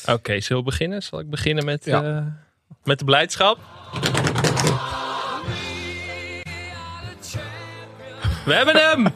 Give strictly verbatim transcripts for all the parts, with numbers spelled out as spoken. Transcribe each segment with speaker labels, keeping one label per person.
Speaker 1: Oké, okay, zullen we beginnen? Zal ik beginnen met, ja. uh, met de blijdschap? We hebben hem!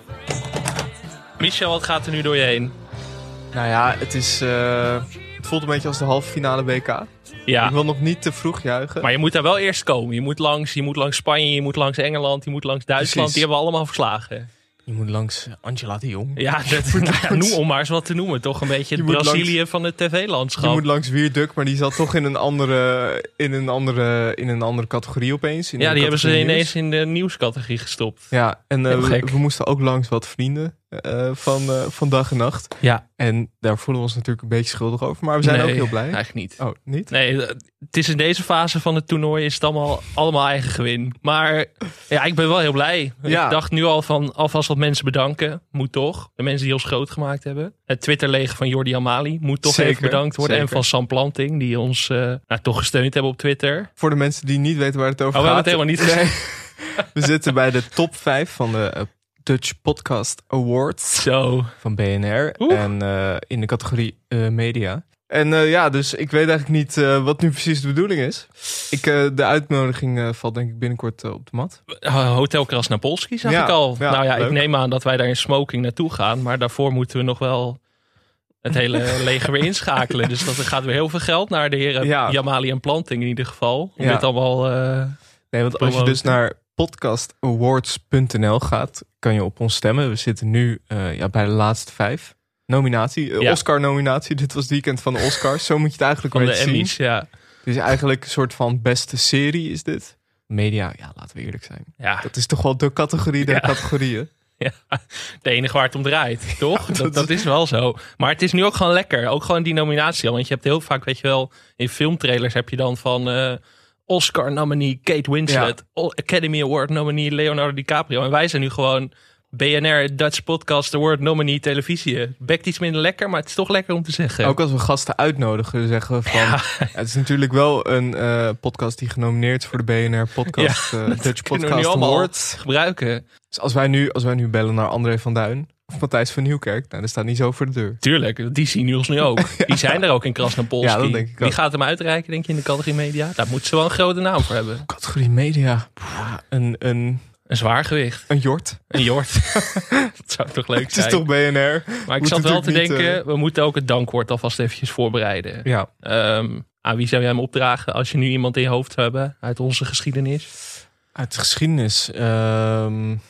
Speaker 1: Michel, wat gaat er nu door je heen?
Speaker 2: Nou ja, het is... Uh, het voelt een beetje als de halve finale W K. Ja. Ik wil nog niet te vroeg juichen.
Speaker 1: Maar je moet daar wel eerst komen. Je moet langs, je moet langs Spanje, je moet langs Engeland, je moet langs Duitsland. Precies. Die hebben we allemaal verslagen.
Speaker 2: Je moet langs Angela de Jong.
Speaker 1: Ja, dat, nou ja, noem om maar eens wat te noemen. Toch een beetje het Brazilië langs, van het tv-landschap.
Speaker 2: Je moet langs Wierduk, maar die zat toch in een andere, in een andere, in een andere categorie opeens. In
Speaker 1: ja, die hebben ze
Speaker 2: nieuws.
Speaker 1: ineens in de nieuwscategorie gestopt.
Speaker 2: Ja, en uh, we, we moesten ook langs wat vrienden uh, van, uh, van dag en nacht.
Speaker 1: Ja.
Speaker 2: En daar voelen we ons natuurlijk een beetje schuldig over. Maar we zijn
Speaker 1: nee,
Speaker 2: ook heel blij.
Speaker 1: Eigenlijk niet.
Speaker 2: Oh, niet?
Speaker 1: Nee, het is in deze fase van het toernooi is het allemaal, allemaal eigen gewin. Maar ja, ik ben wel heel blij. Ja. Ik dacht nu al van alvast wat mensen bedanken. Moet toch. De mensen die ons groot gemaakt hebben. Het Twitterleger van Jordi Amali moet toch zeker, even bedankt worden. Zeker. En van Sam Planting, die ons uh, nou, toch gesteund hebben op Twitter.
Speaker 2: Voor de mensen die niet weten waar het over
Speaker 1: oh,
Speaker 2: gaat.
Speaker 1: We hebben het helemaal niet gezien.
Speaker 2: Nee. We zitten bij de top vijf van de uh, Dutch Podcast Awards.
Speaker 1: Zo.
Speaker 2: Van B N R. Oeh. En uh, in de categorie uh, media. En uh, ja, dus ik weet eigenlijk niet uh, wat nu precies de bedoeling is. Ik, uh, de uitnodiging uh, valt denk ik binnenkort uh, op de mat.
Speaker 1: Hotel Krasnapolski zag ja, ik al. Ja, nou ja, leuk. Ik neem aan dat wij daar in smoking naartoe gaan. Maar daarvoor moeten we nog wel het hele leger weer inschakelen. Dus dat er gaat weer heel veel geld naar de heren ja. Jamali en Planting in ieder geval. Om ja. dit allemaal uh,
Speaker 2: Nee, want als je dus naar podcast awards punt n l gaat, kan je op ons stemmen. We zitten nu uh, ja, bij de laatste vijf. Nominatie, uh, ja. Oscar-nominatie. Dit was het weekend van de Oscars. Zo moet je het eigenlijk
Speaker 1: van
Speaker 2: een beetje
Speaker 1: de Emmys,
Speaker 2: zien.
Speaker 1: Ja.
Speaker 2: Dus eigenlijk een soort van beste serie is dit. Media, ja, laten we eerlijk zijn.
Speaker 1: Ja.
Speaker 2: Dat is toch wel de categorie der ja. categorieën.
Speaker 1: Ja, de enige waar het om draait, toch? Ja, dat, dat, dat is wel zo. Maar het is nu ook gewoon lekker. Ook gewoon die nominatie al. Want je hebt heel vaak, weet je wel, in filmtrailers heb je dan van uh, Oscar-nominee Kate Winslet. Ja. Academy Award nominee Leonardo DiCaprio. En wij zijn nu gewoon B N R Dutch Podcast Award nominee televisie. Bekt iets minder lekker, maar het is toch lekker om te zeggen.
Speaker 2: Ook als we gasten uitnodigen, zeggen we van... Ja. Het is natuurlijk wel een uh, podcast die genomineerd is voor de B N R Podcast ja, uh, Dutch Podcast Award.
Speaker 1: Gebruiken.
Speaker 2: Dus als wij, nu, als wij nu bellen naar André van Duin of Matthijs van Nieuwkerk, nou, dat staat niet zo voor de deur.
Speaker 1: Tuurlijk, die zien ons nu ook. Ja. Die zijn er ook in Krasnapolski.
Speaker 2: Ja, dat denk ik ook.
Speaker 1: Wie gaat hem uitreiken, denk je, in de categorie media? Daar moeten ze wel een grote naam voor hebben.
Speaker 2: Categorie media? Ja, een... een
Speaker 1: Een zwaar gewicht.
Speaker 2: Een jort.
Speaker 1: Een jort. Dat zou toch leuk zijn.
Speaker 2: Het is toch B N R.
Speaker 1: Maar ik zat wel te niet, denken, uh... we moeten ook het dankwoord alvast eventjes voorbereiden.
Speaker 2: Ja.
Speaker 1: Um, aan wie zou jij hem opdragen als je nu iemand in je hoofd zou hebben uit onze geschiedenis?
Speaker 2: Uit de geschiedenis? Um...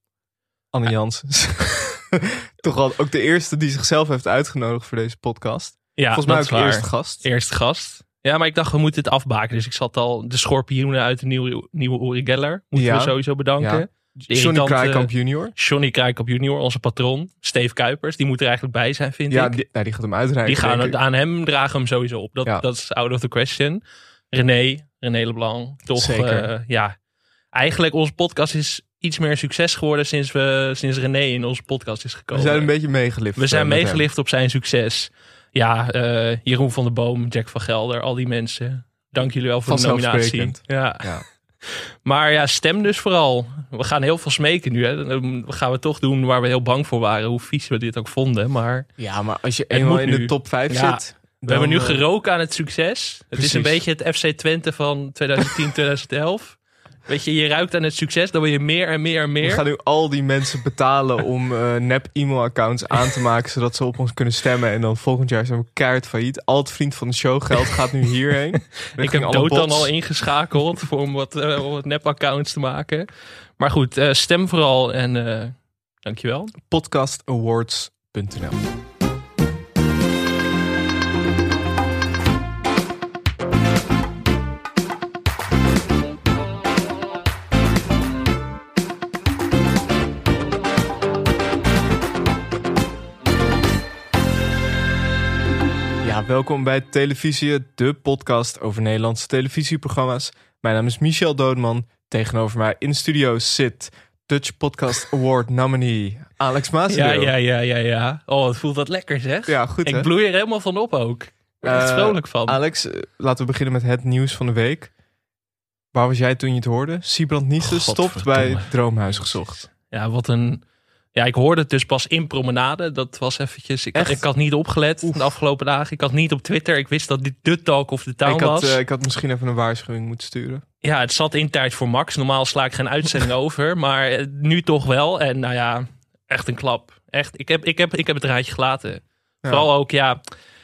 Speaker 2: Anne Janssens. Toch wel ook de eerste die zichzelf heeft uitgenodigd voor deze podcast.
Speaker 1: Ja,
Speaker 2: volgens mij ook de eerste gast.
Speaker 1: Eerste gast. Ja, maar ik dacht, we moeten het afbaken. Dus ik zat al de schorpioenen uit de nieuwe, nieuwe Uri Geller. Moeten ja. we sowieso bedanken. Ja.
Speaker 2: Johnny Krijkamp junior.
Speaker 1: Johnny Krijkamp junior, onze patron. Steve Kuipers, die moet er eigenlijk bij zijn, vind
Speaker 2: ja,
Speaker 1: ik.
Speaker 2: Die, nou, die gaat hem uitreiken.
Speaker 1: Die gaan het, aan hem dragen hem sowieso op. Dat, ja. dat is out of the question. René, René Leblanc. Toch, uh, ja. Eigenlijk, onze podcast is iets meer succes geworden sinds, we, sinds René in onze podcast is gekomen.
Speaker 2: We zijn een beetje meegelift.
Speaker 1: We zijn meegelift hem. op zijn succes. Ja, uh, Jeroen van der Boom, Jack van Gelder, al die mensen. Dank jullie wel voor de nominatie. Ja. ja. Maar ja, stem dus vooral. We gaan heel veel smeken nu. Hè. Dan gaan we toch doen waar we heel bang voor waren. Hoe vies we dit ook vonden. Maar
Speaker 2: ja, maar als je eenmaal in de top vijf ja, zit...
Speaker 1: Dan, we hebben nu geroken aan het succes. Het precies. is een beetje het F C Twente van twintig tien, twintig elf. Weet je, je ruikt aan het succes, dan wil je meer en meer en meer.
Speaker 2: We gaan nu al die mensen betalen om uh, nep e-mailaccounts aan te maken, zodat ze op ons kunnen stemmen. En dan volgend jaar zijn we keihard failliet. Al het vriend van de show geld gaat nu hierheen.
Speaker 1: Ik heb Dood dan al ingeschakeld voor om wat, uh, wat nep-accounts te maken. Maar goed, uh, stem vooral en uh, dankjewel.
Speaker 2: podcast awards punt n l Welkom bij Televisie, de podcast over Nederlandse televisieprogramma's. Mijn naam is Michel Doodman. Tegenover mij in de studio zit Dutch Podcast Award nominee Alex Maasdeel.
Speaker 1: Ja, ja, ja, ja, ja. Oh, het voelt wat lekker, zeg.
Speaker 2: Ja, goed,
Speaker 1: Ik
Speaker 2: hè?
Speaker 1: bloei er helemaal van op ook. Ik ben er uh, vrolijk van.
Speaker 2: Alex, laten we beginnen met het nieuws van de week. Waar was jij toen je het hoorde? Siebrand Niesen stopt bij Droomhuis Gezocht.
Speaker 1: Ja, wat een... Ja, ik hoorde het dus pas in Promenade. Dat was eventjes... Ik, ik had niet opgelet Oef. de afgelopen dagen. Ik had niet op Twitter. Ik wist dat dit de Talk of the Town
Speaker 2: ik had,
Speaker 1: was.
Speaker 2: Uh, ik had misschien even een waarschuwing moeten sturen.
Speaker 1: Ja, het zat in tijd voor Max. Normaal sla ik geen uitzending over. Maar uh, nu toch wel. En nou ja, echt een klap. Echt, ik heb, ik heb, ik heb het raadje gelaten. Ja. Vooral ook, ja...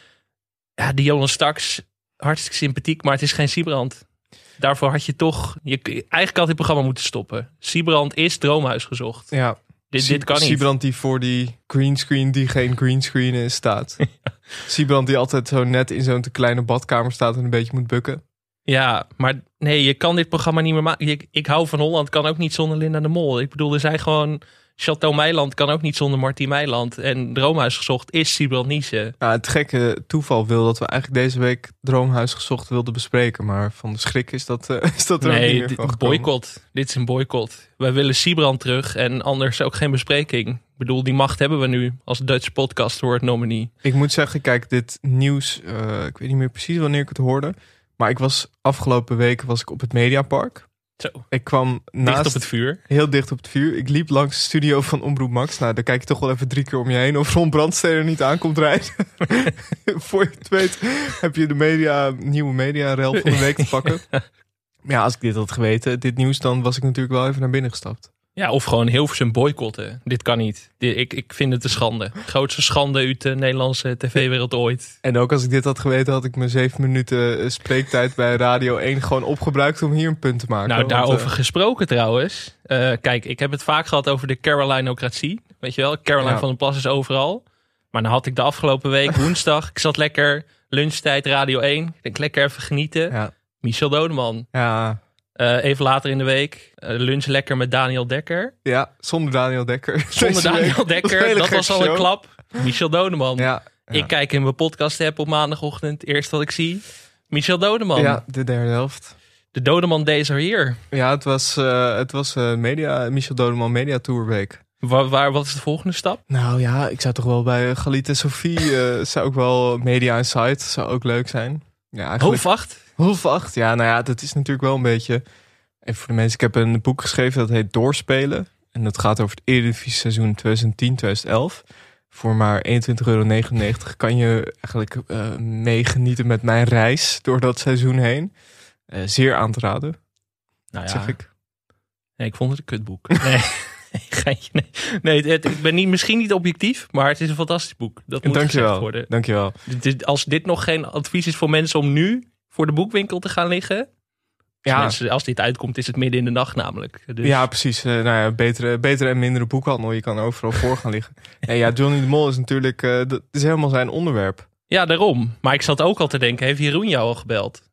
Speaker 1: Ja, Dionne Staks, hartstikke sympathiek. Maar het is geen Siebrand. Daarvoor had je toch... Je, eigenlijk had dit programma moeten stoppen. Siebrand is Droomhuis gezocht.
Speaker 2: Ja.
Speaker 1: Dit, dit kan niet.
Speaker 2: Siebrand die voor die greenscreen die geen greenscreen is staat. Ja. Siebrand die altijd zo net in zo'n te kleine badkamer staat en een beetje moet bukken.
Speaker 1: Ja, maar nee, je kan dit programma niet meer maken. Ik, ik hou van Holland, kan ook niet zonder Linda de Mol. Ik bedoel, er zijn gewoon... Château Meiland kan ook niet zonder Martien Meiland. En Droomhuis gezocht is Siebrand Niesen.
Speaker 2: Ja, het gekke toeval wil dat we eigenlijk deze week Droomhuis gezocht wilden bespreken. Maar van de schrik is dat, uh, is dat er
Speaker 1: nee,
Speaker 2: ook niet meer
Speaker 1: dit,
Speaker 2: van gekomen.
Speaker 1: boycott. Dit is een boycott. Wij willen Siebrand terug en anders ook geen bespreking. Ik bedoel, die macht hebben we nu als Dutch Podcast Award nominee.
Speaker 2: Ik moet zeggen, kijk, dit nieuws... Uh, ik weet niet meer precies wanneer ik het hoorde. Maar ik was afgelopen weken was ik op het Mediapark.
Speaker 1: Zo.
Speaker 2: Ik kwam naast,
Speaker 1: dicht op het vuur.
Speaker 2: Heel dicht op het vuur. Ik liep langs de studio van Omroep Max. Nou, dan kijk je toch wel even drie keer om je heen of Ron Brandsteder niet aankomt rijden. Voor je het weet heb je de media, nieuwe media-rel van de week te pakken. Maar ja, als ik dit had geweten, dit nieuws, dan was ik natuurlijk wel even naar binnen gestapt.
Speaker 1: Ja, of gewoon Hilversum boycotten. Dit kan niet. Dit, ik, ik vind het een schande. Grootste schande uit de Nederlandse tv-wereld ooit.
Speaker 2: En ook als ik dit had geweten, had ik mijn zeven minuten spreektijd bij Radio één gewoon opgebruikt om hier een punt te maken.
Speaker 1: Nou, daarover
Speaker 2: want, uh...
Speaker 1: gesproken trouwens. Uh, kijk, ik heb het vaak gehad over de Carolinocratie. Weet je wel, Caroline ja. van der Plas is overal. Maar dan had ik de afgelopen week woensdag, ik zat lekker lunchtijd Radio één. Ik denk lekker even genieten.
Speaker 2: Ja.
Speaker 1: Michel Dodeman.
Speaker 2: Ja.
Speaker 1: Uh, even later in de week, uh, lunch lekker met Daniel Dekker.
Speaker 2: Ja, zonder Daniel Dekker.
Speaker 1: Zonder Daniel Dekker, dat, dat was al show. Een klap. Michel Dodeman. Ja, ja. Ik kijk in mijn podcast app op maandagochtend. Eerst wat ik zie, Michel Dodeman.
Speaker 2: Ja, de derde helft.
Speaker 1: De Dodeman Days are here.
Speaker 2: Ja, het was, uh, het was uh, media, Michel Dodeman Media Tour Week.
Speaker 1: Waar, waar, wat is de volgende stap?
Speaker 2: Nou ja, ik zou toch wel bij Galit en Sophie, uh, zou ook wel Media Insight, zou ook leuk zijn. Ja, eigenlijk...
Speaker 1: Half acht?
Speaker 2: Half acht, ja, nou ja, dat is natuurlijk wel een beetje... Even voor de mensen, ik heb een boek geschreven dat heet Doorspelen. En dat gaat over het Eredivisie seizoen twintig tien twintig elf. Voor maar eenentwintig euro negenennegentig kan je eigenlijk uh, meegenieten met mijn reis door dat seizoen heen. Uh, zeer aan te raden,
Speaker 1: nou ja.
Speaker 2: zeg ik.
Speaker 1: Nee, ik vond het een kutboek. Nee. Geintje, nee, nee het, ik ben niet, misschien niet objectief, maar het is een fantastisch boek. Dat moet gezegd worden.
Speaker 2: Dankjewel.
Speaker 1: Dit, als dit nog geen advies is voor mensen om nu voor de boekwinkel te gaan liggen. Ja. Mensen, als dit uitkomt is het midden in de nacht namelijk. Dus.
Speaker 2: Ja, precies. Uh, nou ja, betere, betere en mindere boekhandel. Je kan overal voor gaan liggen. En ja, Johnny de Mol is natuurlijk, uh, dat is helemaal zijn onderwerp.
Speaker 1: Ja, daarom. Maar ik zat ook al te denken, heeft Jeroen jou al gebeld?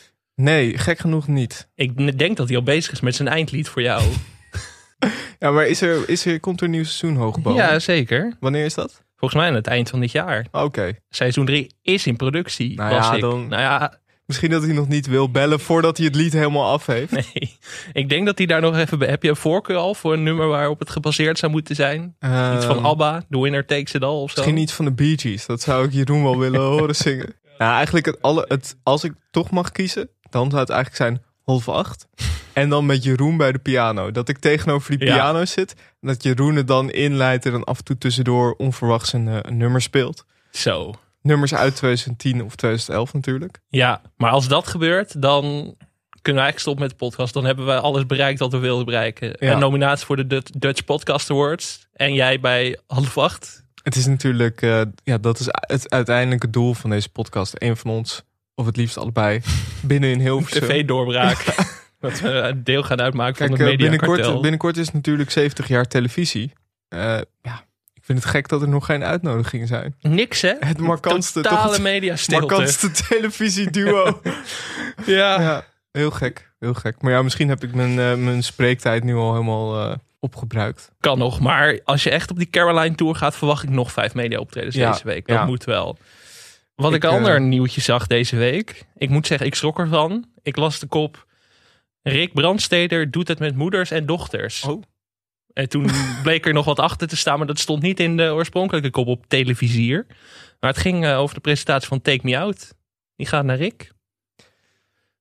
Speaker 2: Nee, gek genoeg niet.
Speaker 1: Ik denk dat hij al bezig is met zijn eindlied voor jou.
Speaker 2: Ja, maar is er, is er, komt er een nieuw seizoen hoogbomen?
Speaker 1: Ja, zeker.
Speaker 2: Wanneer is dat?
Speaker 1: Volgens mij aan het eind van dit jaar.
Speaker 2: Oké. Okay.
Speaker 1: Seizoen drie is in productie.
Speaker 2: Nou ja,
Speaker 1: ik.
Speaker 2: dan...
Speaker 1: Nou ja,
Speaker 2: misschien dat hij nog niet wil bellen voordat hij het lied helemaal af heeft.
Speaker 1: Nee, ik denk dat hij daar nog even... Heb je een voorkeur al voor een nummer waarop het gebaseerd zou moeten zijn? Uh, iets van ABBA, The Winner Takes It All of zo?
Speaker 2: Misschien iets van de Bee Gees. Dat zou ik Jeroen wel willen horen zingen. Nou, eigenlijk het alle, het, als ik toch mag kiezen, dan zou het eigenlijk zijn half acht. En dan met Jeroen bij de piano. Dat ik tegenover die piano ja. zit. En dat Jeroen het dan inleidt en dan af en toe tussendoor onverwachts een, een nummer speelt.
Speaker 1: Zo.
Speaker 2: Nummers uit twintig tien of twintig elf natuurlijk.
Speaker 1: Ja, maar als dat gebeurt, dan kunnen we eigenlijk stoppen met de podcast. Dan hebben we alles bereikt wat we wilden bereiken. Ja. Een nominatie voor de Dutch Podcast Awards. En jij bij half acht.
Speaker 2: Het is natuurlijk, uh, ja, dat is het uiteindelijke doel van deze podcast. Eén van ons, of het liefst allebei, binnen in Hilversum.
Speaker 1: T V-doorbraak. Dat we een deel gaan uitmaken
Speaker 2: Kijk,
Speaker 1: van het mediakartel.
Speaker 2: Binnenkort, binnenkort is het natuurlijk zeventig jaar televisie. Uh, ja, ik vind het gek dat er nog geen uitnodigingen zijn.
Speaker 1: Niks, hè?
Speaker 2: Het markantste,
Speaker 1: totale mediastilte.
Speaker 2: markantste televisieduo.
Speaker 1: ja.
Speaker 2: ja, heel gek, heel gek. Maar ja, misschien heb ik mijn, uh, mijn spreektijd nu al helemaal uh, opgebruikt.
Speaker 1: Kan nog, maar als je echt op die Caroline Tour gaat, verwacht ik nog vijf media-optredens ja, deze week. Dat ja. moet wel. Wat ik, ik een ander uh, nieuwtje zag deze week. Ik moet zeggen, ik schrok ervan. Ik las de kop. Rick Brandsteder doet het met moeders en dochters.
Speaker 2: Oh.
Speaker 1: En toen bleek er nog wat achter te staan, maar dat stond niet in de oorspronkelijke kop op televisier. Maar het ging uh, over de presentatie van Take Me Out. Die gaat naar Rick.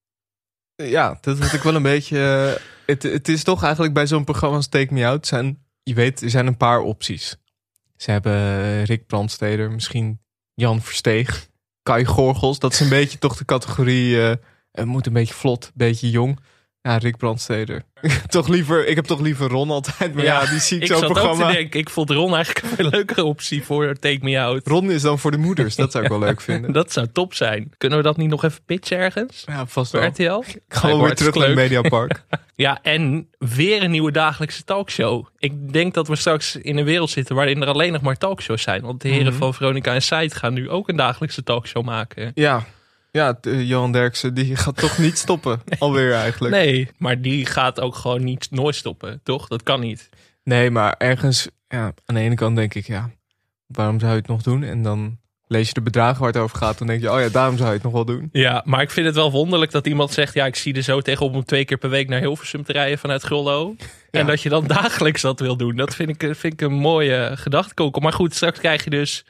Speaker 2: Ja, dat had ik wel een beetje... Uh, het, het is toch eigenlijk bij zo'n programma als Take Me Out zijn je weet, er zijn een paar opties. Ze hebben Rick Brandsteder, misschien Jan Versteeg, Kai Gorgels. Dat is een beetje toch de categorie, uh, het moet een beetje vlot, een beetje jong. Ja, Rick Brandsteder. toch liever, ik heb toch liever Ron altijd. Maar ja, ja die zie ik, ik zo'n programma. Ik zat ook te denken,
Speaker 1: ik vond Ron eigenlijk een veel leukere optie voor Take Me Out.
Speaker 2: Ron is dan voor de moeders, dat zou ik wel leuk vinden.
Speaker 1: Dat zou top zijn. Kunnen we dat niet nog even pitchen ergens?
Speaker 2: Ja, vast
Speaker 1: wel.
Speaker 2: wel.
Speaker 1: R T L?
Speaker 2: Ik ga wel weer terug naar het Mediapark.
Speaker 1: Ja, en weer een nieuwe dagelijkse talkshow. Ik denk dat we straks in een wereld zitten waarin er alleen nog maar talkshows zijn. Want de heren mm-hmm. van Veronica en Said gaan nu ook een dagelijkse talkshow maken.
Speaker 2: Ja. Ja, uh, Johan Derksen, die gaat toch niet stoppen. Alweer eigenlijk.
Speaker 1: Nee, maar die gaat ook gewoon niet nooit stoppen, toch? Dat kan niet.
Speaker 2: Nee, maar ergens, ja, aan de ene kant denk ik, ja, waarom zou je het nog doen? En dan lees je de bedragen waar het over gaat. Dan denk je, oh ja, daarom zou je het nog wel doen.
Speaker 1: Ja, maar ik vind het wel wonderlijk dat iemand zegt, ja, ik zie er zo tegenop om twee keer per week naar Hilversum te rijden vanuit Gullo. Ja. En dat je dan dagelijks dat wil doen. Dat vind ik, vind ik een mooie gedachtekoker. Maar goed, straks krijg je dus,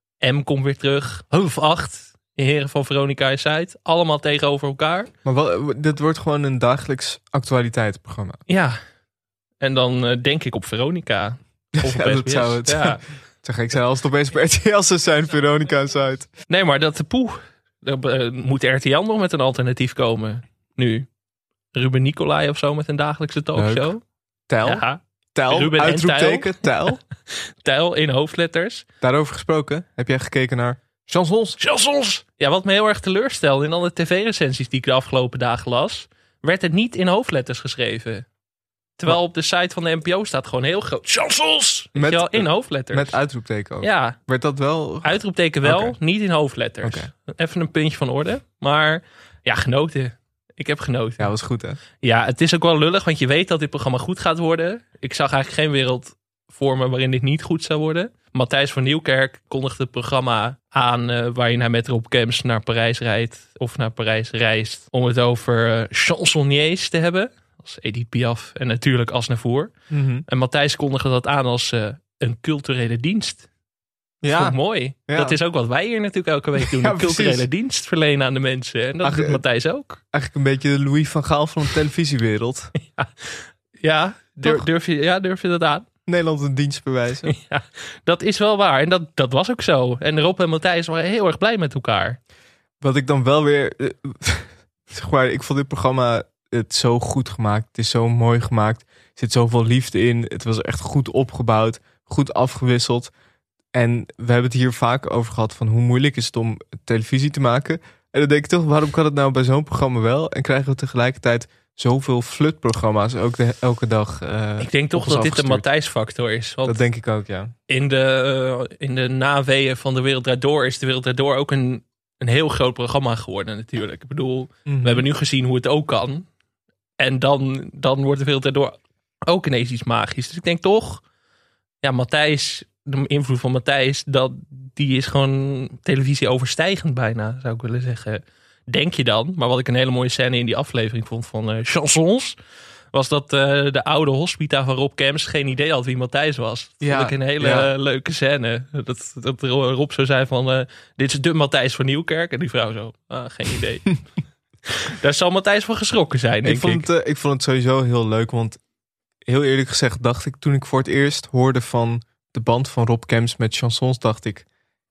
Speaker 1: M komt weer terug, half acht. De heren van Veronica en Said. Allemaal tegenover elkaar.
Speaker 2: Maar wel, dit wordt gewoon een dagelijks actualiteitsprogramma.
Speaker 1: Ja. En dan uh, denk ik op Veronica. Of
Speaker 2: ja,
Speaker 1: op
Speaker 2: dat zou het
Speaker 1: ja.
Speaker 2: Zeg ik zei als het opeens op R T L zou zijn, Veronica en Said.
Speaker 1: Nee, maar dat poeh. Dan uh, moet R T L nog met een alternatief komen. Nu. Ruben Nicolai of zo met een dagelijkse talkshow.
Speaker 2: Tel.
Speaker 1: Ja.
Speaker 2: Tel.
Speaker 1: Ruben
Speaker 2: Uitroepteken. Tel.
Speaker 1: Tel in hoofdletters.
Speaker 2: Daarover gesproken. Heb jij gekeken naar Chansons?
Speaker 1: Chansons! Ja, wat me heel erg teleurstelde in alle tv-recensies die ik de afgelopen dagen las, werd het niet in hoofdletters geschreven. Terwijl wat? Op de site van de N P O staat gewoon heel groot Chansons! Met, wel, in hoofdletters.
Speaker 2: Met uitroepteken ook?
Speaker 1: Ja.
Speaker 2: Werd dat wel?
Speaker 1: Uitroepteken wel, okay. Niet in hoofdletters.
Speaker 2: Okay.
Speaker 1: Even een puntje van orde. Maar ja, genoten. Ik heb genoten.
Speaker 2: Ja, was goed hè?
Speaker 1: Ja, het is ook wel lullig, want je weet dat dit programma goed gaat worden. Ik zag eigenlijk geen wereld voor me waarin dit niet goed zou worden. Matthijs van Nieuwkerk kondigde het programma aan uh, waarin hij met Rob Kemps naar Parijs rijdt of naar Parijs reist om het over uh, chansonniers te hebben. Als Edith Piaf en natuurlijk Aznavour.
Speaker 2: Mm-hmm.
Speaker 1: En Matthijs kondigde dat aan als uh, een culturele dienst.
Speaker 2: Ja.
Speaker 1: Dat is mooi. Ja. Dat is ook wat wij hier natuurlijk elke week doen. Ja, een culturele precies. dienst verlenen aan de mensen. En dat Ach, doet Matthijs ook.
Speaker 2: Eigenlijk een beetje de Louis van Gaal van de televisiewereld.
Speaker 1: ja, ja, durf, durf je, ja, durf je dat aan?
Speaker 2: Nederland een dienst bewijzen.
Speaker 1: Ja, dat is wel waar. En dat, dat was ook zo. En Rob en Matthijs waren heel erg blij met elkaar.
Speaker 2: Wat ik dan wel weer... Uh, zeg maar, ik vond dit programma het zo goed gemaakt. Het is zo mooi gemaakt. Er zit zoveel liefde in. Het was echt goed opgebouwd. Goed afgewisseld. En we hebben het hier vaak over gehad van hoe moeilijk is het om televisie te maken. En dan denk ik toch, waarom kan het nou bij zo'n programma wel? En krijgen we tegelijkertijd zoveel flutprogramma's ook de, elke dag. Uh,
Speaker 1: ik denk toch dat dit de Matthijs-factor is. Want
Speaker 2: dat denk ik ook, ja.
Speaker 1: In de, uh, in de naweeën van De Wereld Draait Door is De Wereld Draait Door ook een, een heel groot programma geworden natuurlijk. Ik bedoel, mm-hmm. we hebben nu gezien hoe het ook kan. En dan, dan wordt De Wereld Draait Door ook ineens iets magisch. Dus ik denk toch, ja, Matthijs, de invloed van Matthijs, dat, die is gewoon televisie overstijgend bijna, zou ik willen zeggen. Denk je dan, maar wat ik een hele mooie scène in die aflevering vond van uh, Chansons, was dat uh, de oude hospita van Rob Kemps geen idee had wie Matthijs was. Dat ja, vond ik een hele ja. leuke scène. Dat, dat Rob zo zei van, uh, dit is de Matthijs van Nieuwkerk. En die vrouw zo, ah, geen idee. Daar zal Matthijs van geschrokken zijn, denk
Speaker 2: ik. Vond
Speaker 1: ik.
Speaker 2: Het, uh, ik vond het sowieso heel leuk, want heel eerlijk gezegd dacht ik, toen ik voor het eerst hoorde van de band van Rob Kemps met Chansons, dacht ik,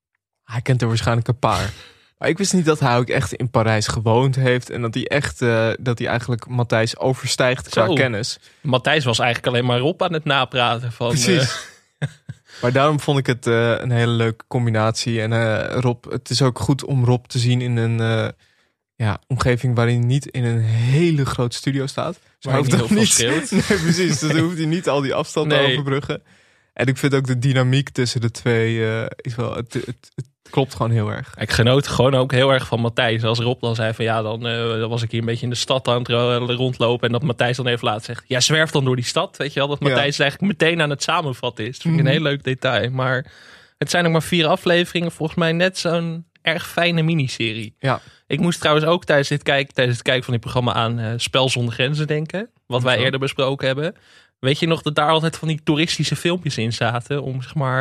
Speaker 2: hij kent er waarschijnlijk een paar. Maar ik wist niet dat hij ook echt in Parijs gewoond heeft. En dat hij echt, uh, dat hij eigenlijk Matthijs overstijgt qua Zo. kennis.
Speaker 1: Matthijs was eigenlijk alleen maar Rob aan het napraten. Van,
Speaker 2: Precies. Uh... maar daarom vond ik het uh, een hele leuke combinatie. En uh, Rob, het is ook goed om Rob te zien in een uh, ja, omgeving waarin hij niet in een hele grote studio staat.
Speaker 1: Dus hij hoeft niet heel
Speaker 2: niet. Nee, precies. Dus dan hoeft hij niet al die afstand nee. te overbruggen. En ik vind ook de dynamiek tussen de twee uh, is wel. Het, het, het klopt gewoon heel erg.
Speaker 1: Ik genoot gewoon ook heel erg van Matthijs. Als Rob dan zei van ja, dan, uh, dan was ik hier een beetje in de stad aan het rondlopen. En dat Matthijs dan even laat zegt, ja, zwerf dan door die stad. Weet je wel, dat Matthijs ja. eigenlijk meteen aan het samenvatten is. Dat vind ik een heel leuk detail. Maar het zijn nog maar vier afleveringen. Volgens mij net zo'n erg fijne miniserie.
Speaker 2: Ja.
Speaker 1: Ik moest trouwens ook tijdens dit kijken, tijdens het kijken van dit programma aan uh, Spel zonder grenzen denken. Wat wij eerder besproken hebben. Weet je nog dat daar altijd van die toeristische filmpjes in zaten om zeg maar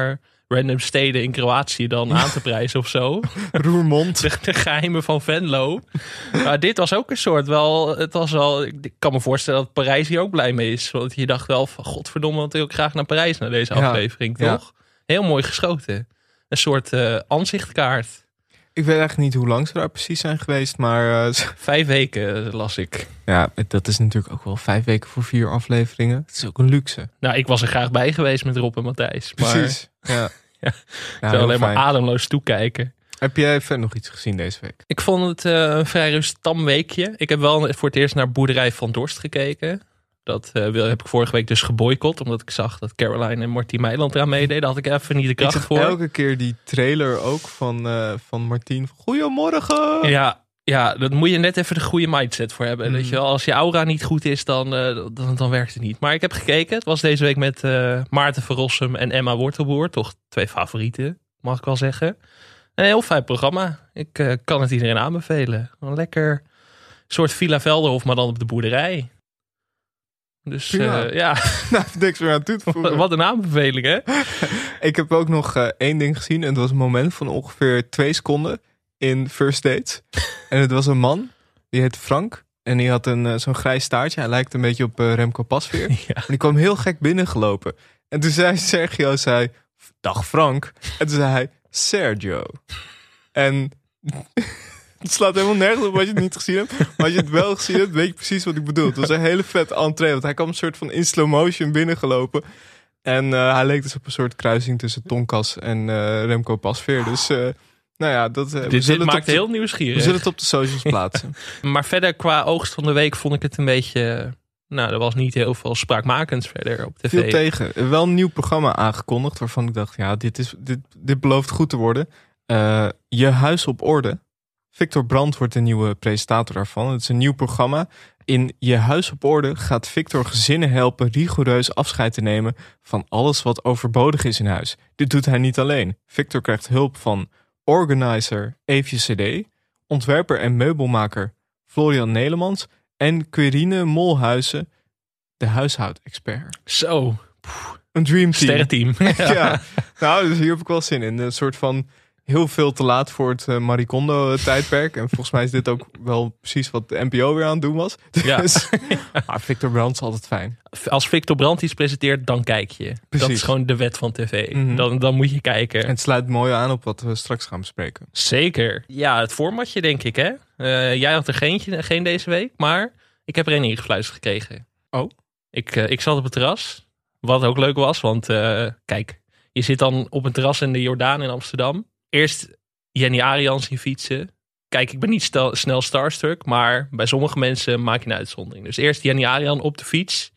Speaker 1: random steden in Kroatië dan aan te prijzen of zo.
Speaker 2: Roermond.
Speaker 1: De, de geheimen van Venlo. Maar dit was ook een soort wel... Het was wel... Ik kan me voorstellen dat Parijs hier ook blij mee is. Want je dacht wel van... Godverdomme, want ik wil graag naar Parijs naar deze
Speaker 2: Ja.
Speaker 1: aflevering,
Speaker 2: Ja.
Speaker 1: toch? Heel mooi geschoten. Een soort uh, aanzichtkaart.
Speaker 2: Ik weet eigenlijk niet hoe lang ze daar precies zijn geweest, maar... Uh,
Speaker 1: Vijf weken las ik.
Speaker 2: Ja, dat is natuurlijk ook wel vijf weken voor vier afleveringen. Het is ook een luxe.
Speaker 1: Nou, ik was er graag bij geweest met Rob en Matthijs. Maar
Speaker 2: Precies, ja.
Speaker 1: Ja.
Speaker 2: ja
Speaker 1: ik wil alleen
Speaker 2: fijn.
Speaker 1: maar ademloos toekijken.
Speaker 2: Heb jij verder nog iets gezien deze week?
Speaker 1: Ik vond het uh, een vrij rustig tam weekje. Ik heb wel voor het eerst naar Boerderij van Dorst gekeken. Dat uh, wil, heb ik vorige week dus geboycott. Omdat ik zag dat Caroline en Martien Meiland eraan meededen. Daar had ik even niet de kracht
Speaker 2: ik zag
Speaker 1: voor.
Speaker 2: elke keer die trailer ook van, uh, van Martien. Goedemorgen!
Speaker 1: Ja, ja, dat moet je net even de goede mindset voor hebben.
Speaker 2: Mm.
Speaker 1: Dat je wel, als je aura niet goed is, dan, uh, dan, dan werkt het niet. Maar ik heb gekeken. Het was deze week met uh, Maarten van Rossum en Emma Wortelboer. Toch twee favorieten, mag ik wel zeggen. Een heel fijn programma. Ik uh, kan het iedereen aanbevelen. Een lekker soort Villa Velderhof, maar dan op de boerderij. Dus uh,
Speaker 2: ja,
Speaker 1: ja.
Speaker 2: Nou, niks meer aan toe te voegen.
Speaker 1: Wat een aanbeveling, hè?
Speaker 2: Ik heb ook nog uh, één ding gezien. En het was een moment van ongeveer twee seconden in First Dates. En het was een man, die heet Frank. En die had een uh, zo'n grijs staartje. Hij lijkt een beetje op uh, Remco Pasveer.
Speaker 1: Ja.
Speaker 2: En die kwam heel gek binnengelopen. En toen zei Sergio, zei, dag Frank. En toen zei hij, Sergio. En het slaat helemaal nergens op als je het niet gezien hebt. Maar als je het wel gezien hebt, weet je precies wat ik bedoel. Het was een hele vet entree. Want hij kwam een soort van in slow motion binnengelopen. En uh, hij leek dus op een soort kruising tussen Tonkas en uh, Remco Pasveer. Dus uh, nou ja, dat uh,
Speaker 1: Dit, dit maakt
Speaker 2: de,
Speaker 1: heel nieuwsgierig.
Speaker 2: We zullen het op de socials plaatsen.
Speaker 1: Maar verder qua oogst van de week vond ik het een beetje... Nou, er was niet heel veel spraakmakends verder op tv.
Speaker 2: Veel tegen. Wel een nieuw programma aangekondigd waarvan ik dacht, ja, dit, is, dit, dit belooft goed te worden. Uh, Je Huis op Orde. Victor Brandt wordt de nieuwe presentator daarvan. Het is een nieuw programma. In Je Huis op Orde gaat Victor gezinnen helpen rigoureus afscheid te nemen van alles wat overbodig is in huis. Dit doet hij niet alleen. Victor krijgt hulp van organizer Eefje C D, ontwerper en meubelmaker Florian Nelemans en Quirine Molhuizen, de huishoudexpert.
Speaker 1: Zo.
Speaker 2: Een dream team.
Speaker 1: Sterrenteam.
Speaker 2: Ja. ja. Nou, dus hier heb ik wel zin in. Een soort van heel veel te laat voor het uh, Maricondo-tijdperk. En volgens mij is dit ook wel precies wat de N P O weer aan het doen was.
Speaker 1: Ja.
Speaker 2: Dus, maar Victor Brandt is altijd fijn.
Speaker 1: Als Victor Brandt iets presenteert, dan kijk je.
Speaker 2: Precies.
Speaker 1: Dat is gewoon de wet van tv.
Speaker 2: Mm-hmm.
Speaker 1: Dan, dan moet je kijken.
Speaker 2: En het sluit mooi aan op wat we straks gaan bespreken.
Speaker 1: Zeker. Ja, het formatje denk ik, hè. Uh, jij had er geen, geen deze week, maar ik heb er een ingefluisterd gekregen.
Speaker 2: Oh?
Speaker 1: Ik, uh, ik zat op het terras, wat ook leuk was, want uh, kijk, je zit dan op een terras in de Jordaan in Amsterdam. Eerst Jenny Arians zien fietsen. Kijk, ik ben niet stel, snel starstruck, maar bij sommige mensen maak je een uitzondering. Dus eerst Jenny Arian op de fiets.